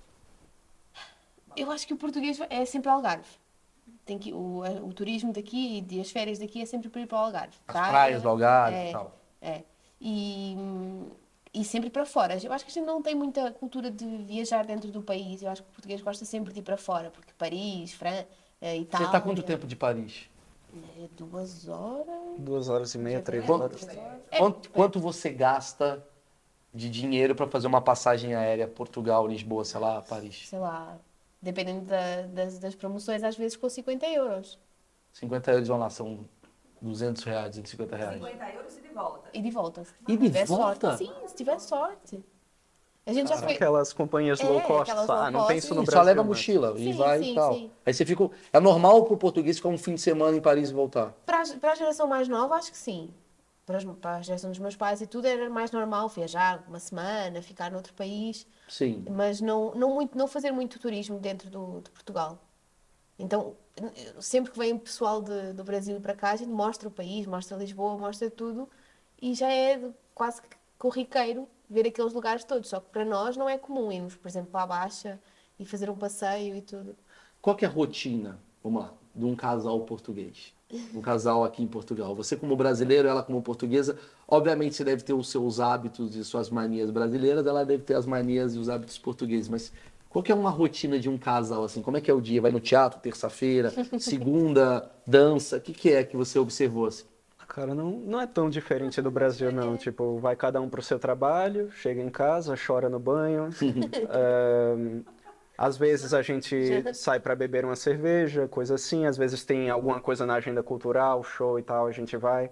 Eu acho que o português é sempre Algarve. Tem que, o, o turismo daqui e as férias daqui é sempre para ir para o Algarve. As Praia, praias do Algarve é, e tal. É. E, e sempre para fora. Eu acho que a gente não tem muita cultura de viajar dentro do país. Eu acho que o português gosta sempre de ir para fora, porque Paris, França, Itália... Você tá quanto tempo de Paris? É duas horas... Duas horas e meia, Já três tem- horas. É, Quanto, quanto você gasta de dinheiro pra fazer uma passagem aérea Portugal, Lisboa, sei lá, Paris? sei lá, dependendo da- das, das promoções, às vezes com cinquenta euros. cinquenta euros, vão lá, são duzentos reais, duzentos e cinquenta reais. cinquenta euros e de volta. E de volta. Se E de tiver volta? sorte. Sim, se tiver sorte. A gente já foi... Aquelas companhias É, low cost, aquelas ah, low não cost, tem isso no Sim, Brasil. só leva a mas- mochila e Sim, vai sim, e tal. sim. Aí você fica. É normal pro português ficar um fim de semana em Paris e voltar. Para a, para a geração mais nova, acho que sim. Para, as- para a geração dos meus pais e tudo, era mais normal viajar uma semana, ficar noutro país, Sim. mas não, não, muito, não fazer muito turismo dentro do, de Portugal. Então, eu- sempre que vem pessoal de- do Brasil para cá, a gente mostra o país, mostra Lisboa, mostra tudo, e já é de- quase que corriqueiro ver aqueles lugares todos. Só que para nós não é comum irmos, por exemplo, para a Baixa e fazer um passeio e tudo. Qual que é a rotina, vamos lá, de um casal português? Um casal aqui em Portugal. Você como brasileiro, ela como portuguesa, obviamente você deve ter os seus hábitos e suas manias brasileiras, ela deve ter as manias e os hábitos portugueses, mas qual que é uma rotina de um casal, assim? Como é que é o dia? Vai no teatro, terça-feira, segunda, dança? O que, que é que você observou, assim? Cara, não, não é tão diferente do Brasil, não. Tipo, vai cada um pro seu trabalho, chega em casa, chora no banho. Ahn, às vezes a gente sai para beber uma cerveja, coisa assim. Às vezes tem alguma coisa na agenda cultural, show e tal, a gente vai.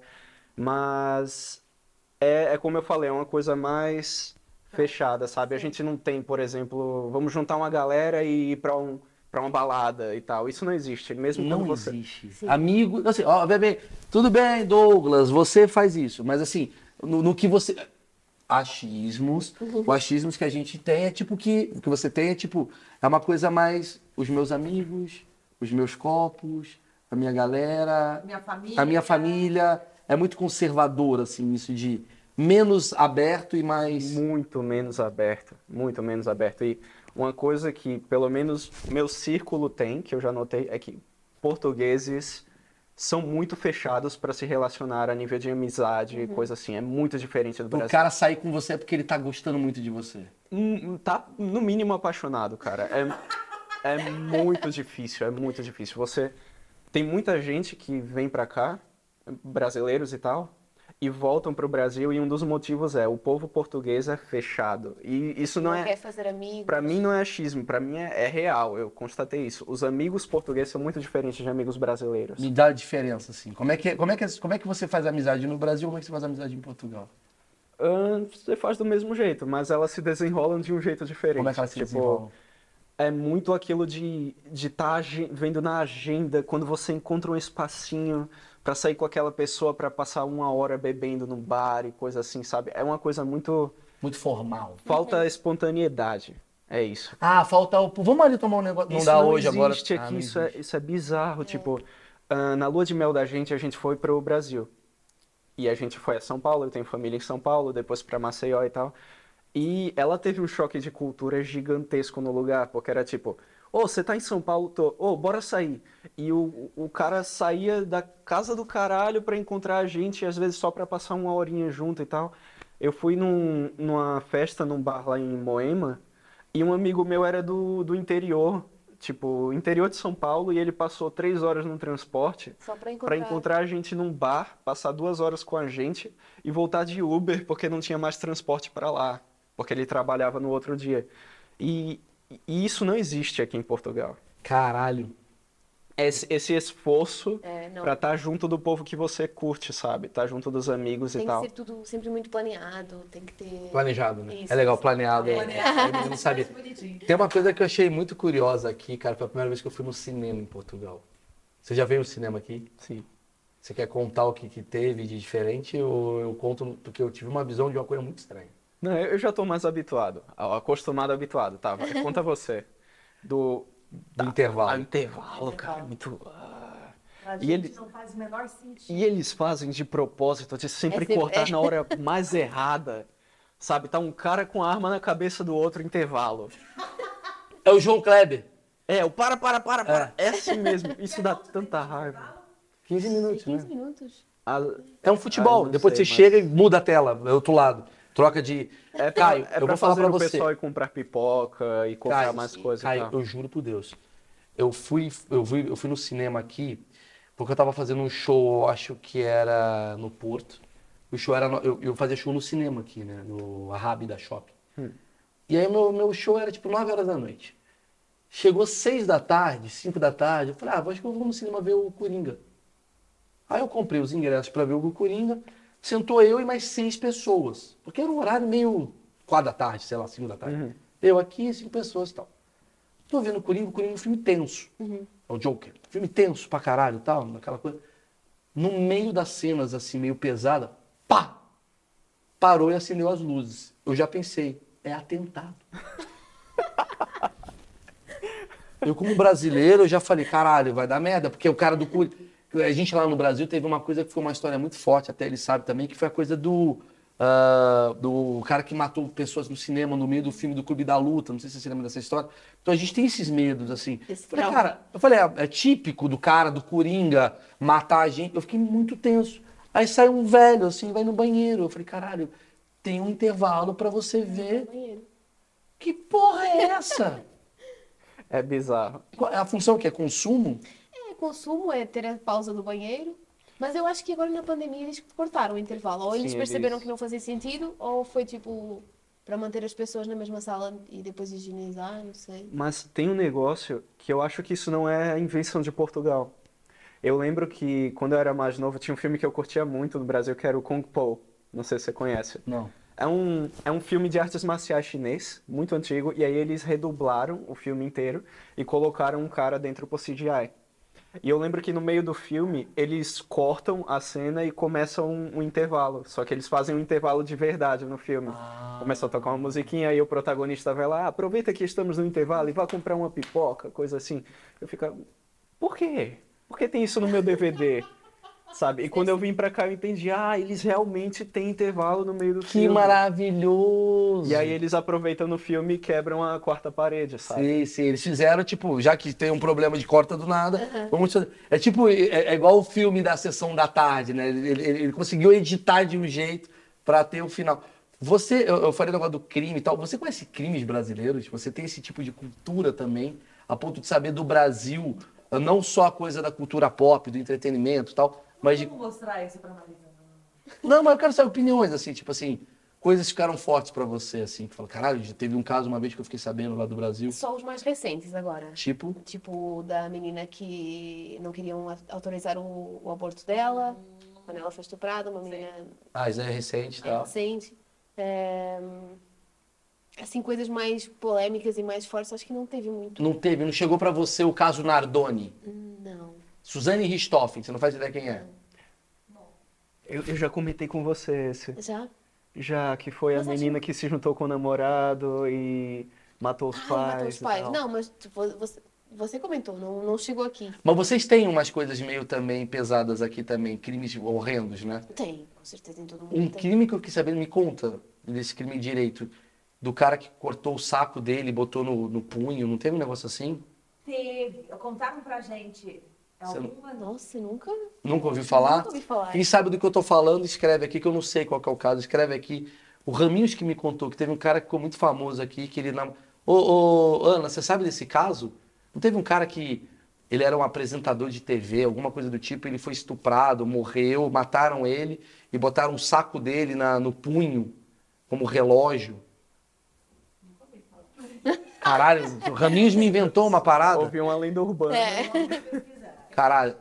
Mas é, é como eu falei, é uma coisa mais fechada, sabe? A gente não tem, por exemplo, vamos juntar uma galera e ir para um, para uma balada e tal. Isso não existe, mesmo Não quando você... existe. Amigo, assim, ó, bem, bem, tudo bem, Douglas, você faz isso, mas assim, no, no que você... Achismos, o achismos que a gente tem é tipo que, o que você tem é tipo, é uma coisa mais, os meus amigos, os meus copos, a minha galera, Minha família. a minha família, é muito conservador, assim, isso de menos aberto e mais... Muito menos aberto, muito menos aberto. E uma coisa que, pelo menos, meu círculo tem, que eu já notei, é que portugueses são muito fechados para se relacionar a nível de amizade e coisa assim. É muito diferente do O Brasil. cara sair com você é porque ele tá gostando muito de você. Hum, Tá, no mínimo, apaixonado, cara. É, é muito difícil, é muito difícil. Você... Tem muita gente que vem pra cá, brasileiros e tal, e voltam pro Brasil, e um dos motivos é o povo português é fechado. E isso não, Não é... quer fazer amigos. Pra mim não é achismo, pra mim é, é real, eu constatei isso. Os amigos portugueses são muito diferentes de amigos brasileiros. Me dá a diferença, assim. Como é que, como é que, como é que você faz amizade no Brasil, como é que você faz amizade em Portugal? Ah, você faz do mesmo jeito, mas elas se desenrolam de um jeito diferente. Como é que elas se Tipo, desenrolam? é muito aquilo de de estar vendo na agenda, quando você encontra um espacinho pra sair com aquela pessoa pra passar uma hora bebendo no bar e coisa assim, sabe? É uma coisa muito... Muito formal. Falta espontaneidade, é isso. Ah, falta o... Vamos ali tomar um negócio. Não Isso dá não hoje agora. existe aqui, Ah, não isso, é, existe. isso é bizarro. Tipo, ah, na lua de mel da gente, a gente foi pro Brasil. E a gente foi a São Paulo, eu tenho família em São Paulo, depois pra Maceió e tal. E ela teve um choque de cultura gigantesco no lugar, porque era tipo, ô, você tá em São Paulo, tô, ô, bora sair. E o, o cara saía da casa do caralho pra encontrar a gente, às vezes só pra passar uma horinha junto e tal. Eu fui num, numa festa num bar lá em Moema, e um amigo meu era do, do interior, tipo, interior de São Paulo, e ele passou três horas no transporte Só pra encontrar. pra encontrar a gente num bar, passar duas horas com a gente e voltar de Uber, porque não tinha mais transporte pra lá, porque ele trabalhava no outro dia. E, e isso não existe aqui em Portugal. Caralho. Esse, esse esforço É, não. pra estar junto do povo que você curte, sabe? Tá junto dos amigos Tem e que tal. ser tudo sempre muito planeado, tem que ter... Planejado, né? Isso, é legal, isso. planeado. É. Planeado. Eu não sabia. Bonitinho. Tem uma coisa que eu achei muito curiosa aqui, cara. Foi a primeira vez que eu fui no cinema em Portugal. Você já veio no cinema aqui? Sim. Você quer contar o que, que teve de diferente ou eu conto porque eu tive uma visão de uma coisa muito estranha? Não, eu já tô mais habituado, acostumado, habituado, tá? vai, Conta você. Do, Do intervalo. Ah, intervalo, cara, muito... ah. Pra E gente ele- não faz o menor sentido. E eles fazem de propósito, de sempre É sempre- cortar é. na hora mais errada. Sabe, tá um cara com a arma na cabeça do outro, intervalo. É o João Kleber. É, o para, para, para, para. É assim mesmo, isso dá tanta raiva. quinze minutos, quinze né? minutos. A- É um futebol. Ah, não Depois sei, você mas- chega e muda a tela, é outro lado. Troca de... É, Caio, é eu pra vou falar fazer pra o você. pessoal ir comprar pipoca e comprar Caio, mais coisas e Caio, tal. eu juro por Deus. Eu fui, eu fui, eu fui no cinema aqui porque eu tava fazendo um show, eu acho que era no Porto. O show era, no- eu, eu fazia show no cinema aqui, né, no Arrábida Shopping. E aí meu, meu show era tipo nove horas da noite. Chegou seis da tarde, cinco da tarde, eu falei, ah, acho que eu vou no cinema ver o Coringa. Aí eu comprei os ingressos pra ver o Coringa, sentou eu e mais seis pessoas, porque era um horário meio quatro da tarde, sei lá, cinco da tarde. Eu aqui, cinco pessoas e tal. Tô vendo o Coringa, o Coringa é um filme tenso. É o Joker. Filme tenso pra caralho e tal, aquela coisa. No meio das cenas, assim, meio pesada, pá! Parou e acendeu as luzes. Eu já pensei, é atentado. Eu, como brasileiro, eu já falei, caralho, vai dar merda, porque o cara do Coringa... A gente lá no Brasil teve uma coisa que foi uma história muito forte, até ele sabe também, que foi a coisa do... ah, do cara que matou pessoas no cinema no meio do filme do Clube da Luta, não sei se você lembra dessa história. Então a gente tem esses medos, assim. Esse Falei, trauma. cara, eu falei, é, é típico do cara, do Coringa, matar a gente. Eu fiquei muito tenso. Aí sai um velho, assim, vai no banheiro. Eu falei, caralho, tem um intervalo pra você ver. Banheiro. Que porra é essa? É bizarro. Qual- A função que é consumo? É, consumo é ter a pausa do banheiro. Mas eu acho que agora na pandemia eles cortaram o intervalo. Ou eles Sim, perceberam eles- que não fazia sentido, ou foi tipo para manter as pessoas na mesma sala e depois higienizar, não sei. Mas tem um negócio que eu acho que isso não é a invenção de Portugal. Eu lembro que quando eu era mais novo tinha um filme que eu curtia muito no Brasil que era o Kung Po. Não sei se você conhece. Não. É um, é um filme de artes marciais chinês, muito antigo, e aí eles redublaram o filme inteiro e colocaram um cara dentro pro C G I. E eu lembro que no meio do filme eles cortam a cena e começam um, um intervalo. Só que eles fazem um intervalo de verdade no filme. Começa a tocar uma musiquinha e o protagonista vai lá, ah, aproveita que estamos no intervalo e vá comprar uma pipoca, coisa assim. Eu fico, por quê? Por que tem isso no meu D V D? Sabe? E quando eu vim pra cá, eu entendi, ah, eles realmente têm intervalo no meio do Que filme. maravilhoso! E aí eles aproveitam no filme e quebram a quarta parede, sabe? Sim, sim, eles fizeram, tipo, já que tem um problema de corta do nada, vamos fazer. É tipo, é, é igual o filme da Sessão da Tarde, né? Ele, ele- ele conseguiu editar de um jeito pra ter o final. Você, eu, eu falei o negócio do crime e tal, você conhece crimes brasileiros? Você tem esse tipo de cultura também, a ponto de saber do Brasil, não só a coisa da cultura pop, do entretenimento e tal, mas de... Vamos mostrar isso pra Marisa. Não, mas eu quero saber opiniões, assim, tipo assim, coisas que ficaram fortes pra você, assim, que fala, caralho, já teve um caso uma vez que eu fiquei sabendo lá do Brasil, Só os mais recentes agora. tipo... Tipo, da menina que não queriam a- autorizar o, o aborto dela, quando ela foi estuprada, uma menina Ah, isso é recente e tal. recente. É, assim, coisas mais polêmicas e mais fortes, acho que não teve muito. Não teve, não chegou pra você o caso Nardoni? Não. Suzane Richthofen, você não faz ideia quem é? Eu, eu já comentei com você esse. Já? Já, que foi a Mas acho- menina que se juntou com o namorado e matou os Ai, pais. matou os e pais. tal. Não, mas tipo, você, você comentou, não, não chegou aqui. Mas vocês têm umas coisas meio também pesadas aqui também, crimes horrendos, né? Tem, com certeza em todo mundo. Um tem. crime que eu quis saber, me conta desse crime direito, do cara que cortou o saco dele, botou no, no punho, não teve um negócio assim? Teve, contaram pra gente Você não- alguma... Nossa, nunca. Nunca ouviu falar? Nunca ouvi falar. Quem sabe do que eu tô falando, escreve aqui, que eu não sei qual que é o caso. Escreve aqui. O Raminhos que me contou, que teve um cara que ficou muito famoso aqui, que ele... nam- Ô, ô, Ana, você sabe desse caso? Não teve um cara que... Ele era um apresentador de T V, alguma coisa do tipo, ele foi estuprado, morreu, mataram ele e botaram um saco dele na, no punho, como relógio. Caralho, o Raminhos me inventou uma parada. Houve uma lenda urbana. É. Caralho.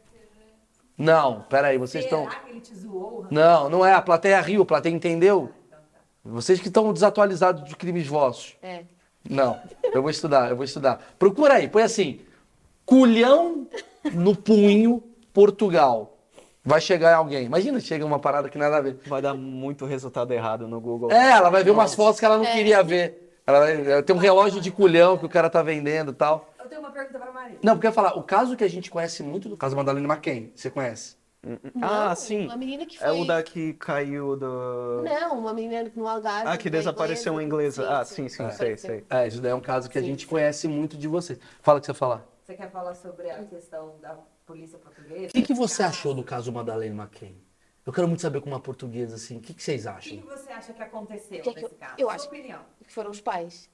Não, peraí, vocês estão... Será que ele te zoou? Não, não é. A plateia riu, a plateia entendeu. Vocês que estão desatualizados dos crimes vossos. É. Não, eu vou estudar, eu vou estudar. Procura aí, põe assim, culhão no punho, Portugal. Vai chegar em alguém. Imagina, chega uma parada que nada a ver. Vai dar muito resultado errado no Google. É, ela vai ver umas fotos que ela não queria ver. Ela vai, tem um relógio de culhão que o cara tá vendendo e tal. Eu tenho uma pergunta pra Marisa. Não, porque eu ia falar, o caso que a gente conhece muito do caso Madalena McCain, você conhece? Ah, Não, sim. Uma menina que foi. É o da que caiu do... Não, uma menina no Algarve. Ah, que uma desapareceu uma inglesa. Ah, sim, sim, sei, desapareceu. sei. É, isso daí é um caso que a Sim, gente sim. conhece muito de vocês. Fala o que você ia falar. Você quer falar sobre a questão da polícia portuguesa? O que, que você achou do caso Madalena McCain? Eu quero muito saber como uma portuguesa, assim, o que, que vocês O que acham? que você acha que aconteceu Que que nesse eu- caso? eu Sua acho- opinião. Que foram os pais.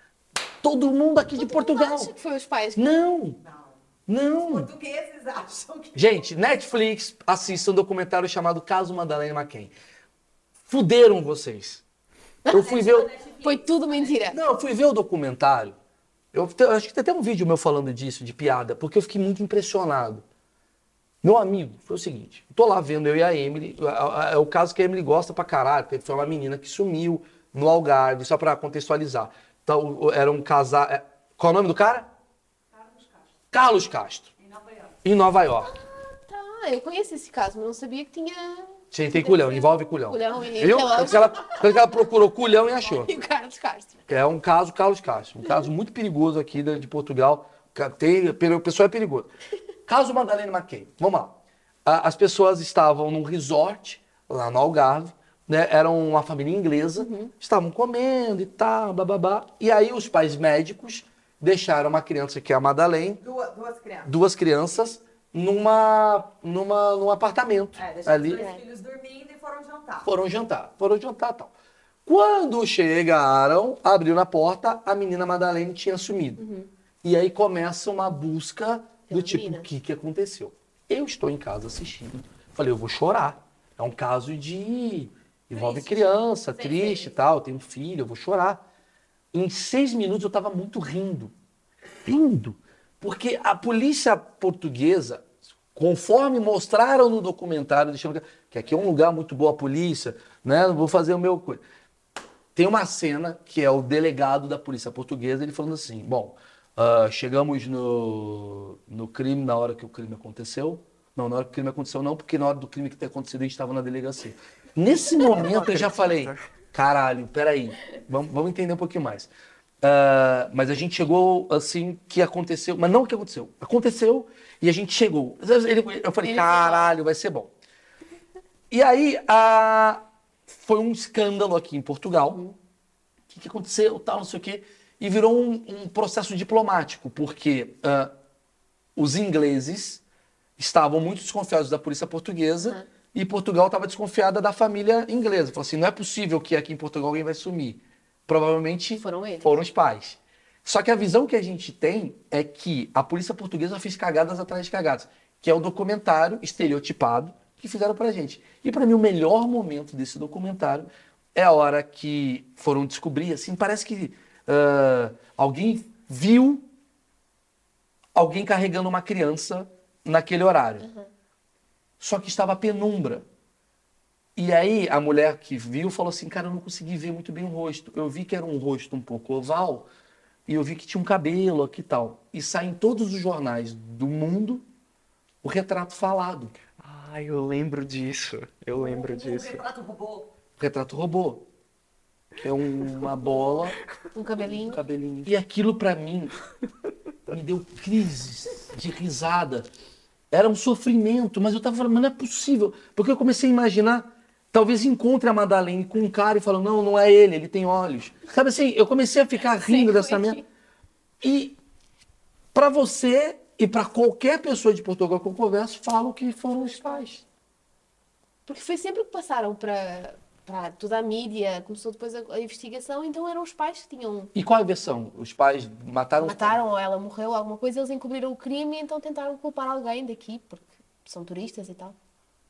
Todo mundo aqui de Todo mundo Portugal. acha que foi os pais. Não, Não. não. Portugueses acham que... Gente, Netflix, assista um documentário chamado Caso Madalena McCain. Fuderam vocês. Eu fui ver... o- Foi tudo mentira. Não, eu fui ver o documentário. Eu, te- eu acho que tem até um vídeo meu falando disso, de piada, porque eu fiquei muito impressionado. Meu amigo, foi o seguinte, eu tô lá vendo eu e a Emily, é o caso que a Emily gosta pra caralho, porque foi uma menina que sumiu no Algarve, só pra contextualizar. Então, o- era um casal... é- Qual é o nome do cara? Carlos Castro, Carlos Castro, em Nova York. em Nova York. Tá, eu conheço esse caso, mas não sabia que tinha. Tem, tem culhão, envolve culhão. Culhão e Viu? relógio. Tanto que, ela, tanto que ela procurou culhão e achou. E o Carlos Castro. É um caso Carlos Castro, um caso muito perigoso aqui de de Portugal. Ca- Tem, o pessoal é perigoso. Caso Madalena McCain. Vamos lá. A- As pessoas estavam num resort lá no Algarve, né? Eram uma família inglesa, estavam comendo e tal, bababá. E aí os pais médicos deixaram uma criança que é a Madalena, Duas, duas crianças. duas crianças, numa, numa, num apartamento É, deixaram ali. os dois filhos dormindo e foram jantar. Foram jantar, foram jantar e tal. Quando chegaram, abriu na porta, a menina Madalena tinha sumido. E aí começa uma busca do Pela tipo, menina. o que, que aconteceu? Eu estou em casa assistindo. Falei, eu vou chorar. É um caso de... Envolve criança, Sim, triste e sim. tal, eu tenho filho, eu vou chorar. Em seis minutos eu tava muito rindo. Rindo. Porque a polícia portuguesa, conforme mostraram no documentário, deixando que aqui é um lugar muito bom a polícia, né? Vou fazer o meu coisa. Tem uma cena que é o delegado da polícia portuguesa, ele falando assim, bom, ah, chegamos no, no crime na hora que o crime aconteceu. Não, na hora que o crime aconteceu não, porque na hora do crime que ter acontecido a gente estava na delegacia. Nesse momento eu já falei, caralho, peraí, vamos, vamos entender um pouquinho mais. Ah, mas a gente chegou assim que aconteceu. Mas não o que aconteceu. Aconteceu e a gente chegou. Ele- eu falei, Ele caralho, vai ser bom. E aí ah, foi um escândalo aqui em Portugal. O que, que aconteceu, tal, não sei o quê. E virou um, um processo diplomático, porque ah, os ingleses estavam muito desconfiados da polícia portuguesa e Portugal estava desconfiada da família inglesa. Falou assim, não é possível que aqui em Portugal alguém vai sumir. Provavelmente Foram eles. foram os pais. Só que a visão que a gente tem é que a polícia portuguesa fez cagadas atrás de cagadas, que é o documentário estereotipado que fizeram pra gente. E pra mim o melhor momento desse documentário é a hora que foram descobrir, assim, parece que ah, alguém viu alguém carregando uma criança naquele horário. Só que estava penumbra. E aí a mulher que viu falou assim, cara, eu não consegui ver muito bem o rosto. Eu vi que era um rosto um pouco oval e eu vi que tinha um cabelo aqui e tal. E sai em todos os jornais do mundo o retrato falado. Ah, eu lembro disso. Eu lembro O disso. retrato robô. O retrato robô. Que é um- uma bola, Um um cabelinho. cabelinho. E aquilo pra mim me deu crises de risada. Era um sofrimento, mas eu tava falando, mas não é possível. Porque eu comecei a imaginar, talvez encontre a Madalene com um cara e falo, não, não é ele, ele tem olhos. Sabe assim, eu comecei a ficar rindo dessa como é merda. E pra você e pra qualquer pessoa de Portugal que eu converso, falam que foram os pais. Porque foi sempre o que passaram para, para toda a mídia, começou depois a, a investigação, então eram os pais que tinham. E qual é a versão? Os pais mataram os Mataram ou ela morreu, alguma coisa, eles encobriram o crime e então tentaram culpar alguém daqui, porque são turistas e tal.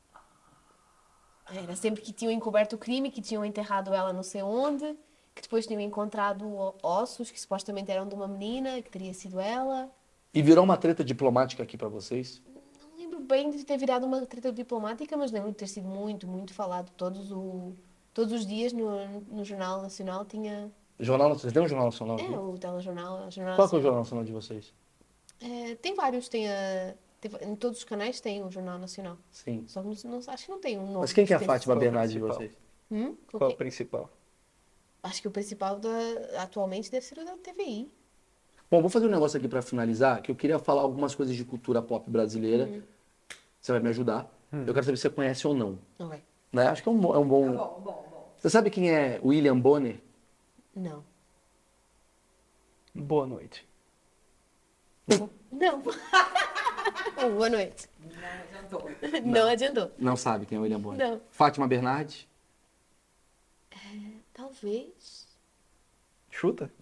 Era sempre que tinham encoberto o crime, que tinham enterrado ela não sei onde, que depois tinham encontrado o- ossos que supostamente eram de uma menina, que teria sido ela. E virou uma treta diplomática aqui pra vocês? Não lembro bem de ter virado uma treta diplomática, mas lembro de ter sido muito, muito falado. Todos, o, todos os dias no, no Jornal Nacional tinha. Jornal, vocês têm um jornal nacional É, aqui? o telejornal. O jornal Qual que é o Nacional. jornal nacional de vocês? É, tem vários, tem a. tem- em todos os canais tem o Jornal Nacional. Sim. Só que não, não- acho que não tem um nome. Mas quem que é a Tem- Fátima Qual é o Bernardes de principal? vocês? Hum? Qual é Ok. o principal? Acho que o principal da, atualmente deve ser o da T V I. Bom, vou fazer um negócio aqui pra finalizar, que eu queria falar algumas coisas de cultura pop brasileira. Você vai me ajudar. Eu quero saber se você conhece ou não. Ok. Né? Acho que é um, bo- é um bom... Tá bom, bom, bom. Você sabe quem é William Bonner? Não. Boa noite. Não. Boa noite. Não adiantou. Não adiantou. Não sabe quem é William Bonner. Não. Fátima Bernardes? Talvez. Chuta?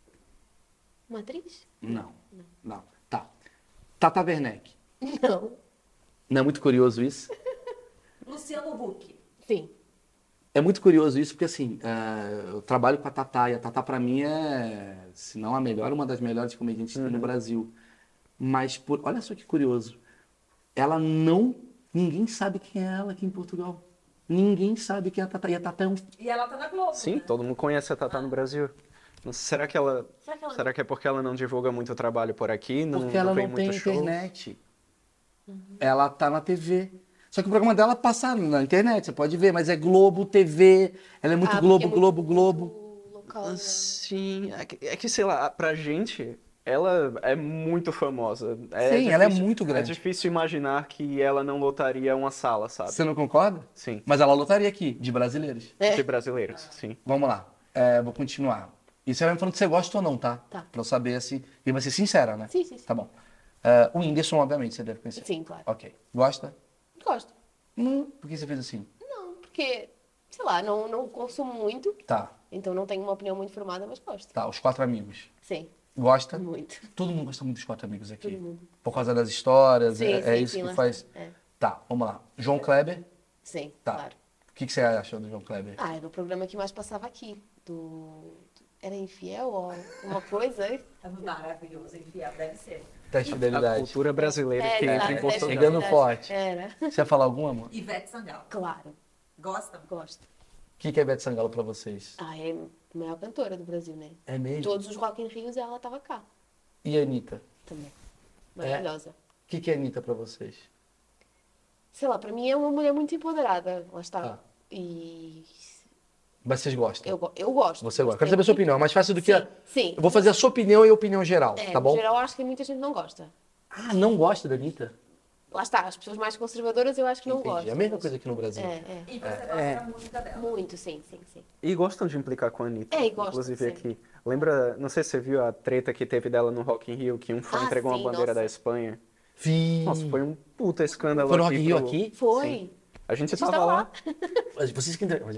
Uma atriz? Não. Não. Tá. Tata Werneck. Não. Não é muito curioso isso? Luciano Huck. Sim. É muito curioso isso, porque assim, eh, eu trabalho com a Tatá, e a Tatá pra mim é, se não a melhor, uma das melhores comediantes que tem no Brasil. Mas, por, olha só que curioso, ela não, ninguém sabe quem é ela aqui em Portugal. Ninguém sabe quem é a Tatá, e a Tatá é um... E ela tá na Globo. Sim, né? todo mundo conhece a Tatá no Brasil. Mas será que ela. Será que ela- Será que é porque ela não divulga muito trabalho por aqui? Não, Porque ela vem não tem muito show? internet. Ela tá na T V. Só que o programa dela passa na internet, você pode ver, mas é Globo, T V, ela é muito Ah, Globo, porque é Globo, muito- Globo. muito local, né? Sim, é que, é que, sei lá, pra gente, ela é muito famosa. É Sim, ela é difícil- muito grande. É difícil imaginar que ela não lotaria uma sala, sabe? Você não concorda? Sim. Mas ela lotaria aqui, de brasileiros. É. De brasileiros, sim. Vamos lá, é, vou continuar. E você vai me falando se você gosta ou não, tá? Tá. Pra eu saber se... E vai ser sincera, né? Sim, sim, sim. Tá bom. É, o Whindersson, obviamente, você deve conhecer. Sim, claro. Ok. Gosta? Gosto. Hum, por que você fez assim? Não, porque, sei lá, não, não consumo muito, Tá, então não tenho uma opinião muito formada, mas gosto. tá. Os quatro amigos. Sim, Gosta? muito. Todo mundo gosta muito dos quatro amigos aqui. Todo mundo. Por causa das histórias, Sim, é, é sim, isso sim, que lá faz. está. É. Tá, vamos lá. João Kleber. Sim, Tá. claro. O que, que você acha do João Kleber? Ah, era o programa que mais passava aqui. Do... Era infiel ou uma coisa? É maravilhoso, infiel, deve ser. Teste de A fidelidade. cultura brasileira que É, entra em exato, Portugal. é, Chegando verdade. forte. Era. Você ia falar algum, amor? O Ivete Sangalo. Claro, Gosta? gosto. que, que é Ivete Sangalo pra vocês? Ah, é a maior cantora do Brasil, né? É mesmo? Todos os Rock in Rios ela estava cá E a Anitta? também. Maravilhosa. O que, que é a Anitta pra vocês? Sei lá, para mim é uma mulher muito empoderada, lá está. Tá. E Mas vocês gostam? Eu, go- eu gosto. Você gosta. Gostei Quero saber a sua muito. opinião. É mais fácil do que... Sim, a... sim. Eu vou fazer a sua opinião e a opinião geral, É, tá bom? No geral, acho que muita gente não gosta. Ah, não gosta da Anitta? Lá está, as pessoas mais conservadoras eu acho que não Entendi. gostam. É a mesma coisa aqui no Brasil. É, é. E você gosta da música dela. Muito, sim, sim, sim. E gostam de implicar com a Anitta. É, e gostam, Inclusive sim. aqui. Lembra, não sei se você viu a treta que teve dela no Rock in Rio, que um fã Ah, entregou sim, uma bandeira nossa. da Espanha. Vi. Nossa, foi um puta escândalo Foi no aqui Rock in Rio pro- aqui? Foi. Sim. A gente Você tava estava lá. lá. Mas Vocês que entregam.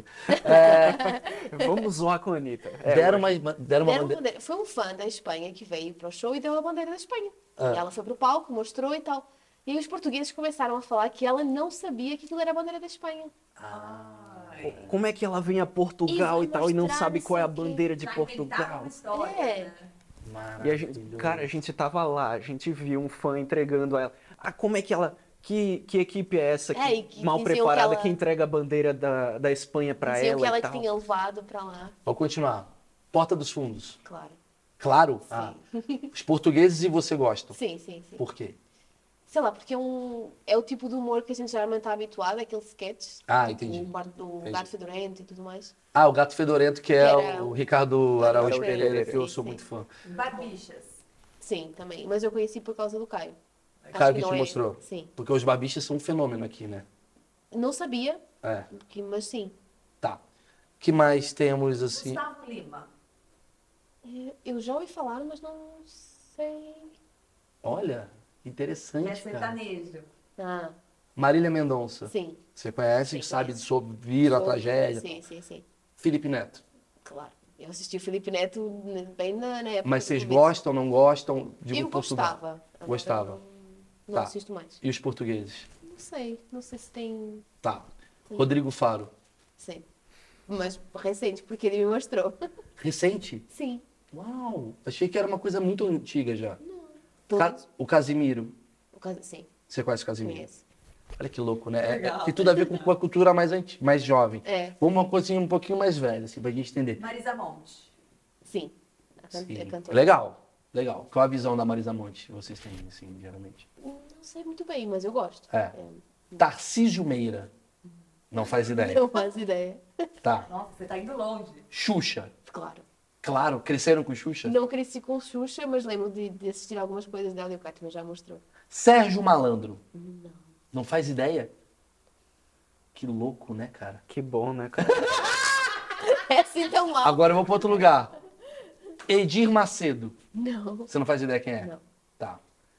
É, Vamos zoar com a Anitta. É, deram, ué. uma, deram uma Deram bandeira. bandeira. Foi um fã da Espanha que veio para o show e deu a bandeira da Espanha. Ah. E ela foi pro palco, mostrou e tal. E aí os portugueses começaram a falar que ela não sabia que aquilo era a bandeira da Espanha. Como é que ela vem a Portugal E e, vai tal e não mostrar, sabe não qual é a sei o quê. bandeira de Já inventaram Portugal? uma história, É. né? E a gente, cara, a gente tava lá, a gente viu um fã entregando a ela. Ah, como é que ela. Que, que equipe é essa que, É, e que mal diziam que preparada ela- que entrega a bandeira da, da Espanha pra Diziam ela que ela e tal? tinha levado para lá, Vamos continuar. Porta dos Fundos. claro. Claro? Ah. Os portugueses e você gostam. Sim, sim, sim. Por quê? Sei lá, porque é, um, é o tipo de humor que a gente geralmente está habituado, aqueles sketches. Ah, tipo entendi. O bar do Entendi. Gato Fedorento e tudo mais. Ah, o Gato Fedorento, que é Que era o o- Ricardo Araújo Araújo Pereira, Pereira, que eu sim, sou sim. muito fã. Barbichas. Sim, também. Mas eu conheci por causa do Caio. Acho Caio que não te é- mostrou? Sim. Porque os barbichas são um fenômeno aqui, né? Não sabia, É, que- mas sim. tá. que mais temos assim? Gustavo Lima. É, Eu já ouvi falar, mas não sei. Olha, Que é interessante, cara. sertanejo. Ah, Marília Mendonça. sim. Você conhece, Sim, sabe conheço. sobre vir a Sou- tragédia. Sim, sim, sim. Felipe Neto. Claro. Eu assisti o Felipe Neto né, bem na, na época. Mas do vocês começo. gostam, não gostam? Digo Eu Portugal. gostava. Agora Gostava. Não, não Tá. assisto mais. E os portugueses? Não sei. Não sei se tem. Tá. Rodrigo Faro. Sim. Mas recente, porque ele me mostrou. Recente? Sim. Uau! Achei que era uma coisa muito antiga já. Pelo Ca- menos- O Casimiro. o caso- Sim, Você conhece o Casimiro? conheço. Olha que louco, né? É- é- Legal. tem tudo a ver com a cultura mais, anti... mais jovem. É. Vamos uma coisinha um pouquinho mais velha, assim, pra gente entender. Marisa Monte. Sim. A can- Sim. a cantora. Legal, legal. Qual a visão da Marisa Monte que vocês têm, assim, geralmente? Não sei muito bem, mas eu gosto. É. Tarcísio Meira. Não faz ideia. Não faço ideia. Tá. Nossa, você tá indo longe. Xuxa. Claro. Claro, cresceram com Xuxa. Não cresci com Xuxa, mas lembro de, de assistir algumas coisas dela e o Caio também já mostrou. Sérgio Malandro. Não. Não faz ideia? Que louco, né, cara? Que bom, né, cara? É assim tão mal. Agora eu vou para outro lugar. Edir Macedo. Não. Você não faz ideia quem é? Não. Tá.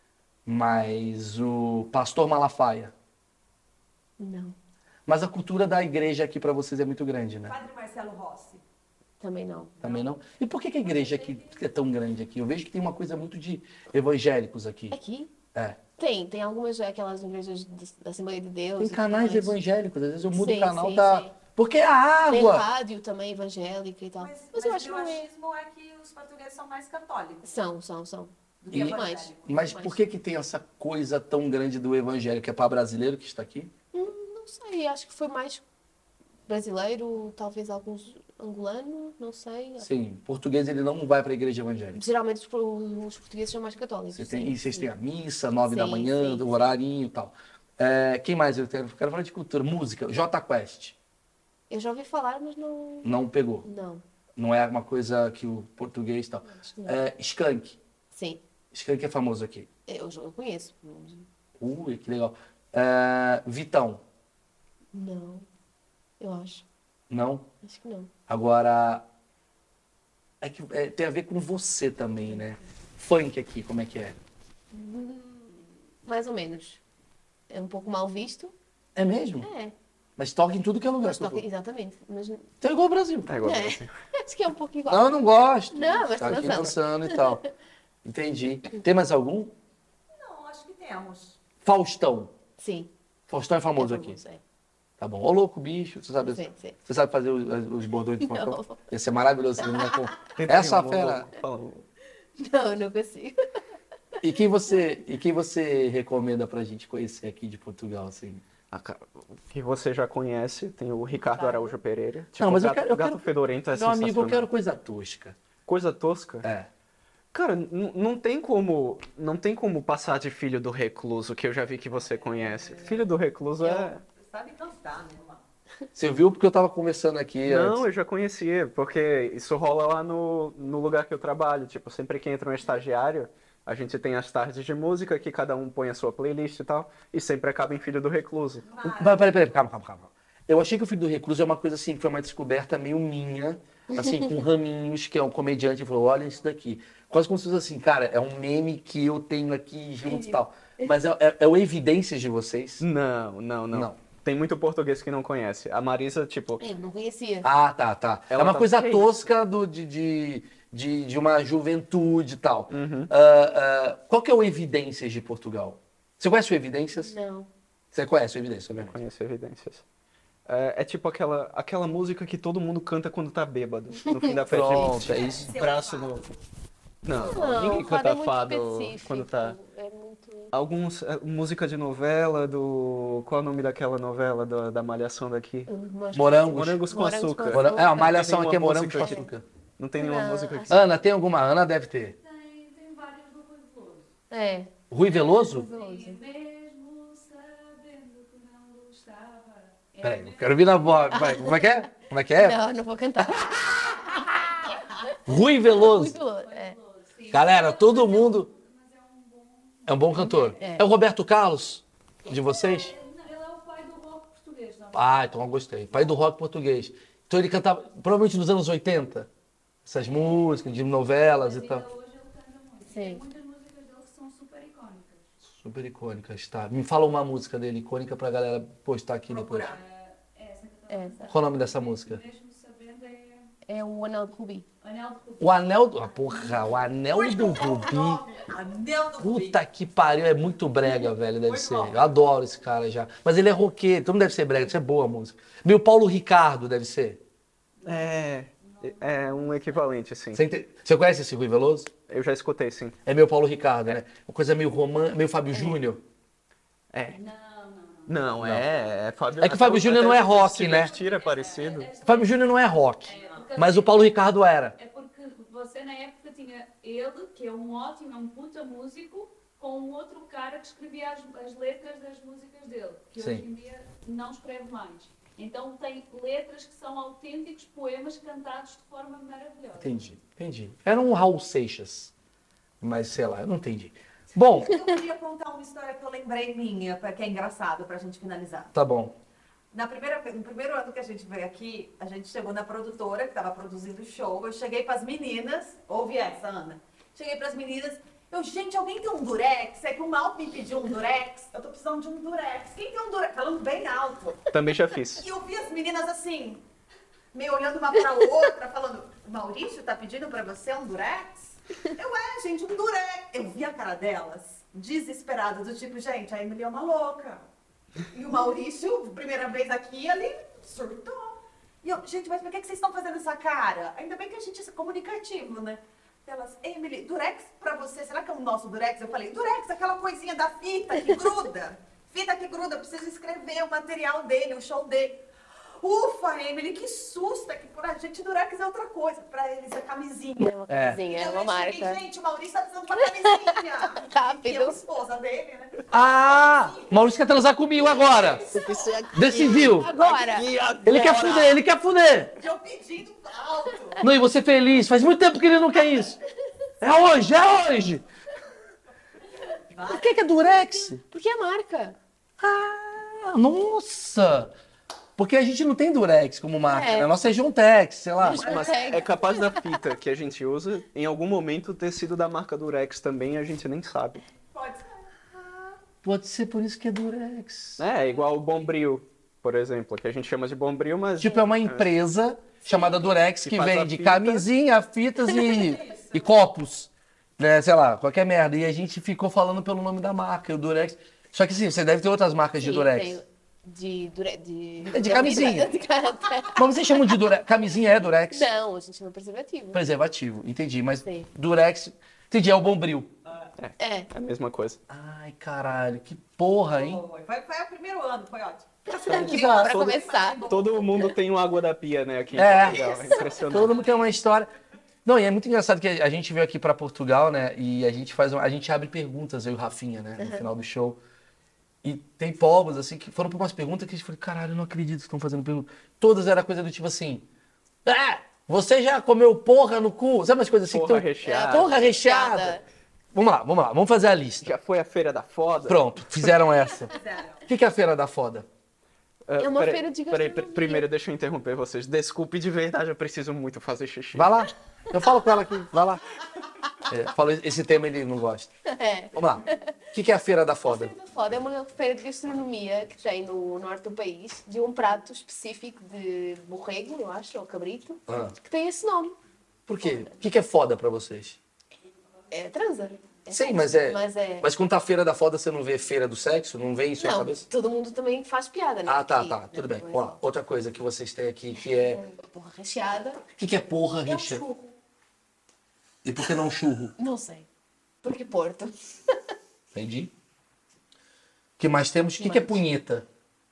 Mas o Pastor Malafaia. Não. Mas a cultura da igreja aqui para vocês é muito grande, né? Padre Marcelo Rossi. Também não. Também não? E por que, que a igreja aqui é tão grande aqui? Eu vejo que tem uma coisa muito de evangélicos aqui. Aqui? É. Tem, tem algumas aquelas igrejas de- da Assembleia de Deus. Tem e tudo canais mais. evangélicos. Às vezes eu mudo Sim, o canal, sim, tá... sim. Porque a Tem água... rádio também evangélica e tal. Mas, Mas, mas eu o acho que não é. achismo é que os portugueses são mais católicos São, são, são. do que E- Muito mais. evangélicos. Mas mais. por que que tem essa coisa tão grande do evangélico? É para brasileiro que está aqui? Não sei, acho que foi mais brasileiro, talvez alguns angolano, não sei. Sim, português ele não vai para a igreja evangélica. Geralmente os, os portugueses são mais católicos. Vocês têm, sim, e vocês sim. têm a missa, nove da Sim, manhã, sim, do sim. horarinho e tal. É, quem mais eu quero? Quero falar de cultura. Música. Jota Quest. Eu já ouvi falar, mas não. Não pegou. Não. Não é uma coisa que o português e tal. Acho que não. É, Skank. Sim, Skank é famoso aqui. eu, eu conheço. Ui, que legal. É, Vitão. Não, eu acho. Não? Acho que não. Agora. É que é, tem a ver com você também, né? Funk aqui, como é que é? Mais ou menos. É um pouco mal visto. É mesmo? É, Mas toca em tudo que é lugar. mas toca, exatamente. Mas Então é igual ao Brasil. É igual é, assim. acho que é um pouco igual. Não, eu não gosto. Não, mas tá tô aqui dançando. dançando e tal. Entendi. Tem mais algum? Não, acho que temos. Faustão. Sim. Faustão é famoso é aqui. famoso, é. Tá bom. Ô, louco, bicho. Você sabe, Sim, sim. Você sabe fazer os, os bordões de Faustão? Não. Ia ser maravilhoso. Você não com... Tenta Essa um fera. monólogo falando. Não, eu não consigo. E quem você, e quem você recomenda pra gente conhecer aqui de Portugal, assim? Ah, cara, que você já conhece, tem o Ricardo Claro. Araújo Pereira. Tipo, Não, mas eu Gato, quero- eu Gato quero- Fedorento é Meu amigo, eu sensacional. quero coisa tosca. Coisa tosca? É. Cara, n- não tem como, não tem como passar de Filho do Recluso, que eu já vi que você conhece. Filho do Recluso é... Você sabe cantar, né, mano? Você viu porque eu tava conversando aqui Não, antes. eu já conhecia, porque isso rola lá no, no lugar que eu trabalho. Tipo, sempre que entra um estagiário, a gente tem as tardes de música, que cada um põe a sua playlist e tal, e sempre acaba em Filho do Recluso. Peraí, peraí, peraí, calma, calma, calma. Eu achei que o Filho do Recluso é uma coisa assim, que foi uma descoberta meio minha, assim, com Raminhos, que é um comediante, e falou, olha isso daqui. Quase como se fosse assim, cara, é um meme que eu tenho aqui junto e tal. Mas é, é, é o Evidências de vocês? Não, não, não, Não. Tem muito português que não conhece. A Marisa, tipo, Eu não conhecia. Ah, tá, tá. É Ela uma tá- coisa Que isso? tosca do, de, de, de, de uma juventude e tal. Uhum. Ah, ah, qual que é o Evidências de Portugal? Você conhece o Evidências? Não. Você conhece o Evidências, obviamente. conhece evidências. É, é tipo aquela, aquela música que todo mundo canta quando tá bêbado, no fim da festa. Pronto, é isso. Braço no... Não, Não, ninguém o fado canta é muito fado específico, quando tá... É muito... Alguns, é, música de novela do... Qual é o nome daquela novela da, da Malhação daqui? Mas- Morangos. Morangos com Morangos com açúcar. açúcar. Mora- É, a malhação Tem aqui é nenhuma morango com música açúcar. Não tem nenhuma Não, música aqui. Ana, tem alguma? Ana deve ter. Tem, tem vários do Rui Veloso. É. Rui Veloso? Veloso. Mesmo sabendo que não gostava. Peraí, eu quero ouvir na voz. Vai, como é que é? Como é que é? Não, não vou cantar. Rui Veloso. Muito Veloso. É. Galera, todo mundo... É um bom cantor. É. É o Roberto Carlos, de vocês? Ele é o pai do rock português, não? Ah, então eu gostei. Pai do rock português. Então ele cantava, provavelmente nos anos oitenta, essas músicas de novelas e tal. Ainda hoje ele canta muito. Sim. Tem muitas músicas dele que são super icónicas. Super icônicas, tá. Me fala uma música dele icônica pra galera postar aqui depois. É essa que eu Essa. Qual o nome dessa música? mesmo sabendo é É o Anel de Rubi. Anel de Rubi. O Anel do... Ah, porra, o Anel do Rubi. Anel do Rubi. Puta que pariu, é muito brega, velho, deve ser. Eu adoro esse cara já. Mas ele é roqueiro, então não deve ser brega, deve ser boa a música. Meu Paulo Ricardo deve ser. É, é um equivalente, assim. Você, ente- Você conhece esse Rui Veloso? Eu já escutei, sim. É meu Paulo Ricardo, né? Uma coisa meio romã, meio Fábio Júnior. É. Não, não, não. Não, é... É, Fábio, É que o Fábio até Júnior até não é o rock, se né? vestir é parecido. Fábio Júnior não é rock, mas o Paulo Ricardo era. É porque você na época tinha ele, que é um ótimo, é um puta músico, com um outro cara que escrevia as, as letras das músicas dele, que Sim. hoje em dia não escreve mais. Então tem letras que são autênticos poemas cantados de forma maravilhosa. Entendi, entendi. Era um Raul Seixas, mas sei lá, eu não entendi. Bom, Eu queria contar uma história que eu lembrei minha, pra- que é engraçado, pra gente finalizar. tá bom. Na primeira, no primeiro ano que a gente veio aqui, a gente chegou na produtora que estava produzindo o show. Eu cheguei para as meninas, ouve essa, Ana. Cheguei para as meninas, eu, gente, alguém tem um durex? É que o Mal me pediu um durex. Eu tô precisando de um durex. Quem tem um durex? Falando bem alto. Também já fiz. E eu vi as meninas assim, meio olhando uma para a outra, falando: Maurício, tá pedindo para você um durex? Eu, é, gente, um durex. Eu vi a cara delas, desesperadas, do tipo, gente, a Emily é uma louca. E o Maurício, primeira vez aqui, ele surtou. E eu, gente, mas por que que vocês estão fazendo essa cara? Ainda bem que a gente é comunicativo, né? Elas, Emily, durex pra você, será que é o nosso durex? Eu falei, durex, aquela coisinha da fita que gruda. Fita que gruda, eu preciso escrever o material dele, o show dele. Ufa, Emily, que susto, é que por a gente durex é outra coisa, pra eles é camisinha. É uma É. coisinha, é Eu uma cheguei, marca. gente, o Maurício tá precisando de uma camisinha. Rápido. E eu, esposa dele, né? Ah, Maurício quer transar comigo agora. Decidiu. Agora, Ele quer fuder, ele quer fuder. Eu pedindo alto. Não, e você feliz. Faz muito tempo que ele não quer isso. É hoje, é hoje. Por que que é durex? porque é marca. Ah, nossa. Porque a gente não tem durex como marca, É. né? A nossa é Jontex, sei lá. Mas é capaz da fita que a gente usa, em algum momento, ter sido da marca Durex também, a gente nem sabe. Pode ser. Pode ser por isso que é durex. É, é igual o Bombril, por exemplo, que a gente chama de Bombril, mas... Tipo, é uma empresa chamada Durex que Que faz a vende fita. camisinha, fitas e, e copos. Né? Sei lá, qualquer merda. E a gente ficou falando pelo nome da marca, o Durex. Só que sim, você deve ter outras marcas de Sim, Durex. tem De, dure, de, É de camisinha. De cara- Mas vocês chamam de Durex? Camisinha é Durex? Não, a gente chama preservativo. Preservativo, entendi. Mas Sim. Durex, entendi, é o Bombril. É. É a mesma coisa. Ai, caralho, que porra, hein? Foi, foi, foi o primeiro ano, foi ótimo. Pra começar. Todo mundo tem um água da pia, né, aqui em É. Portugal. É impressionante. Todo mundo tem uma história. Não, e é muito engraçado que a gente veio aqui pra Portugal, né? E a gente faz, uma- a gente abre perguntas, eu e o Rafinha, né? No final do show. E tem povos, assim, que foram para umas perguntas que a gente falou, caralho, eu não acredito que estão fazendo pergunta. Todas era coisa do tipo assim, ah, você já comeu porra no cu? Sabe umas coisas assim? Porra que tão- recheada. Porra recheada. Vamos lá, vamos lá, vamos fazer a lista. Já foi a Feira da Foda? Pronto, fizeram essa. Fizeram. O que que é a Feira da Foda? Ah, É uma peraí, feira de peraí, gastronomia. primeiro deixa eu interromper vocês. Desculpe de verdade, eu preciso muito fazer xixi. Vai lá. Eu falo com ela aqui, vai lá. É, falo, esse tema ele não gosta. É. Vamos lá. O que que é a Feira da Foda? Feira da Foda é uma feira de gastronomia que tem no norte do país, de um prato específico de borrego, eu acho, ou cabrito, Ah. que tem esse nome. Por quê? O que que é foda pra vocês? É transa. É Sim, sexo, mas é, Mas é... mas quando tá Feira da Foda, você não vê Feira do Sexo? Não vem isso na Não, cabeça? todo mundo também faz piada, né? Ah, tá, Aqui, tá. né? Tudo bem. Mas Ó, outra coisa que vocês têm aqui que é... é porra recheada. O que que é porra É um recheada? churro. E por que não churro? Não sei. Porque Porto. Entendi. O que mais temos? O que que é Mais. punheta?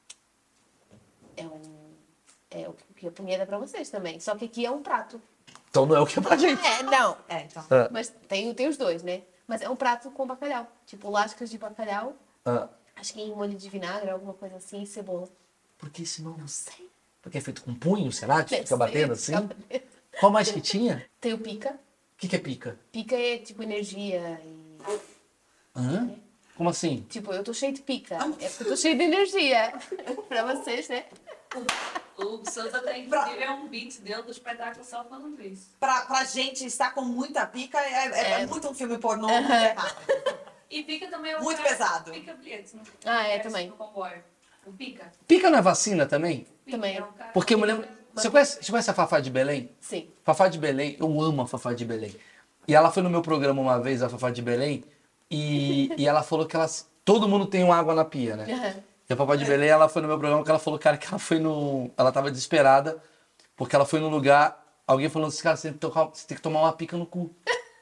É um... É o que é punheta pra vocês também. Só que aqui é um prato. Então não é o que é pra gente. É, não. É, então. Ah, Mas tem, tem os dois, né? Mas é um prato com bacalhau. Tipo, lascas de bacalhau. ah. Acho que em molho de vinagre, alguma coisa assim, e cebola. Por que esse nome? Não sei. Porque é feito com punho, será? Que Deve fica ser, batendo assim? fica batendo. Qual mais que tinha? Tem o pica. O que que é pica? Pica é tipo energia e... Hã? Como assim? Tipo, eu tô cheio de pica. É porque eu tô cheio de energia. Pra vocês, né? O Souza tem, inclusive, é um beat dele do espetáculo só falando isso. Pra, pra gente estar com muita pica, é, é- é muito um filme pornô muito Aham. errado. E Pica também é um Muito cara- pesado. Pica bilhetes, não? Ah, é, Parece também. No comboio. O Pica. Pica não é vacina também? Pica Também. é um cara- Porque eu me lembro... Você conhece, você conhece a Fafá de Belém? Sim. Fafá de Belém, eu amo a Fafá de Belém. E ela foi no meu programa uma vez, a Fafá de Belém, e, e ela falou que ela, todo mundo tem uma água na pia, né? Aham. E a Fafá de Belém, ela foi no meu programa que ela falou, cara, que ela foi no... Ela tava desesperada, porque ela foi num lugar, alguém falou assim, cara, você tem que, tocar- você tem que tomar uma pica no cu.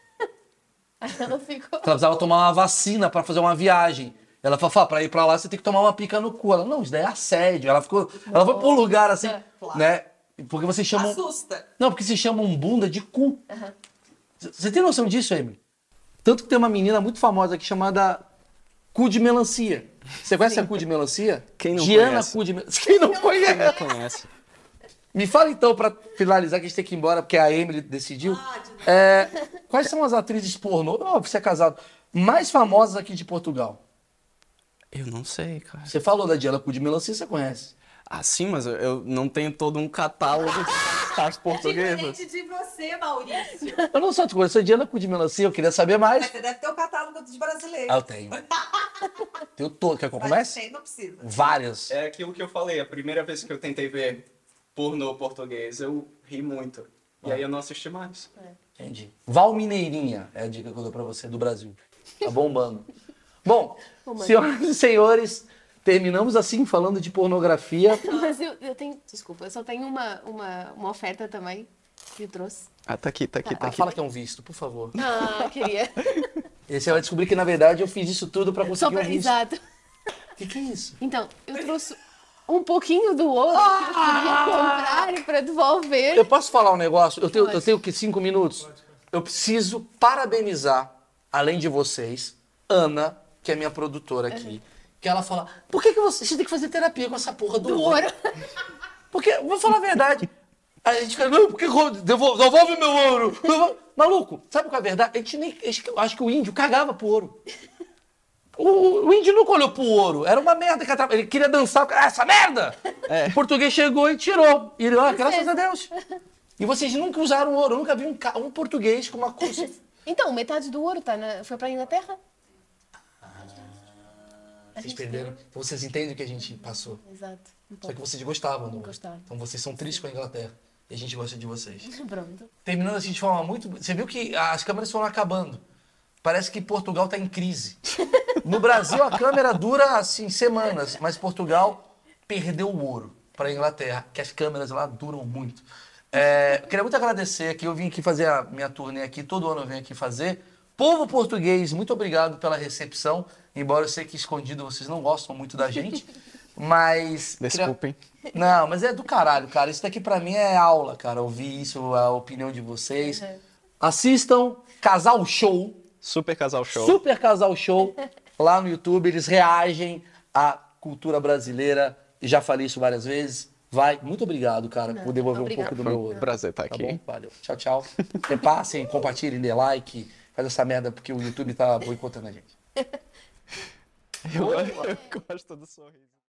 Aí ela ficou... Ela precisava tomar uma vacina pra fazer uma viagem. Ela falou, Fá, pra ir pra lá você tem que tomar uma pica no cu. Ela, não, isso daí é assédio. Ela ficou... Ela foi pra um lugar assim, Claro. né? Porque vocês chamam... Assusta. Não, porque se chamam bunda de cu. Você tem noção disso, Amy? Tanto que tem uma menina muito famosa aqui chamada Cu de Melancia. Você conhece a Cu de Melancia? Quem não Giana conhece? Cu de Melancia. Quem não conhece? Não conhece. Me fala então, pra finalizar, que a gente tem que ir embora, porque a Emily decidiu. É, quais são as atrizes pornô, oh, você é casado, mais famosas aqui de Portugal? Eu não sei, cara. Você falou da Diana Cu de Melancia, você conhece. Ah, sim, mas eu- eu não tenho todo um catálogo de stars portuguesas. Diferente de você, Maurício. Eu não só te conheço a Diana Cu de Melancia, eu queria saber mais. Mas você deve ter o catálogo dos brasileiros. Ah, eu tenho. Tenho todo. Quer que eu Mas comece? tem, não precisa. Várias. É aquilo que eu falei, a primeira vez que eu tentei ver pornô português, eu ri muito. E aí eu não assisti mais. Entendi. Val Mineirinha é a dica que eu dou pra você, do Brasil. Tá bombando. Bom, senhoras e senhores, terminamos assim falando de pornografia. Mas eu, eu tenho... Desculpa, eu só tenho uma, uma, uma oferta também que eu trouxe. Ah, tá aqui, tá aqui, tá Ah, aqui. fala que é um visto, por favor. Ah, queria. E aí você vai descobrir que, na verdade, eu fiz isso tudo pra Só conseguir pra... um visto. Exato. O que, que é isso? Então, eu trouxe um pouquinho do ouro que eu queria comprar e pra devolver. Eu posso falar um negócio? Eu tenho, eu Pode. tenho que cinco minutos? Eu preciso parabenizar, além de vocês, Ana, que é minha produtora aqui. Que ela fala, por que, que você, você tem que fazer terapia com essa porra do, Do ouro? ouro. Porque, vou falar a verdade, a gente fica, não, porque devolve, devolve meu ouro. Devolve. Maluco, sabe qual é a verdade? A gente nem, eu acho que o índio cagava pro ouro. O, o índio nunca olhou pro ouro. Era uma merda que atrapalhava. Ele queria dançar. Ah, essa merda! O português chegou e tirou. E ele, ah, graças a Deus. E vocês nunca usaram ouro. Eu nunca vi um, ca- um português com uma coisa. Então, metade do ouro tá na... foi pra Inglaterra. Vocês perderam. Vocês entendem o que a gente passou. Exato. Um Só pouco. que vocês gostavam do ouro. Gostavam. Então vocês são tristes com a Inglaterra. E a gente gosta de vocês. Pronto. Terminando assim de forma muito. Você viu que as câmeras foram acabando. Parece que Portugal está em crise. No Brasil, a câmera dura assim semanas, mas Portugal perdeu o ouro para a Inglaterra, que as câmeras lá duram muito. É, eu queria muito agradecer aqui. Eu vim aqui fazer a minha turnê aqui, todo ano eu venho aqui fazer. Povo português, muito obrigado pela recepção. Embora eu sei que escondido vocês não gostam muito da gente, mas. Desculpem. Queria- Não, mas é do caralho, cara. Isso daqui pra mim é aula, cara. Ouvir isso, a opinião de vocês. Uhum. Assistam Casal Show, Super Casal Show. Super Casal Show, lá no YouTube. Eles reagem a cultura brasileira. E já falei isso várias vezes. Vai. Muito obrigado, cara, Não, por devolver obrigada. um pouco do Foi meu um ouro. prazer estar Tá aqui. bom? Valeu. Tchau, tchau. Repassem, compartilhem, dê like. Faz essa merda porque o YouTube tá boicotando a gente. Eu, eu gosto do sorriso.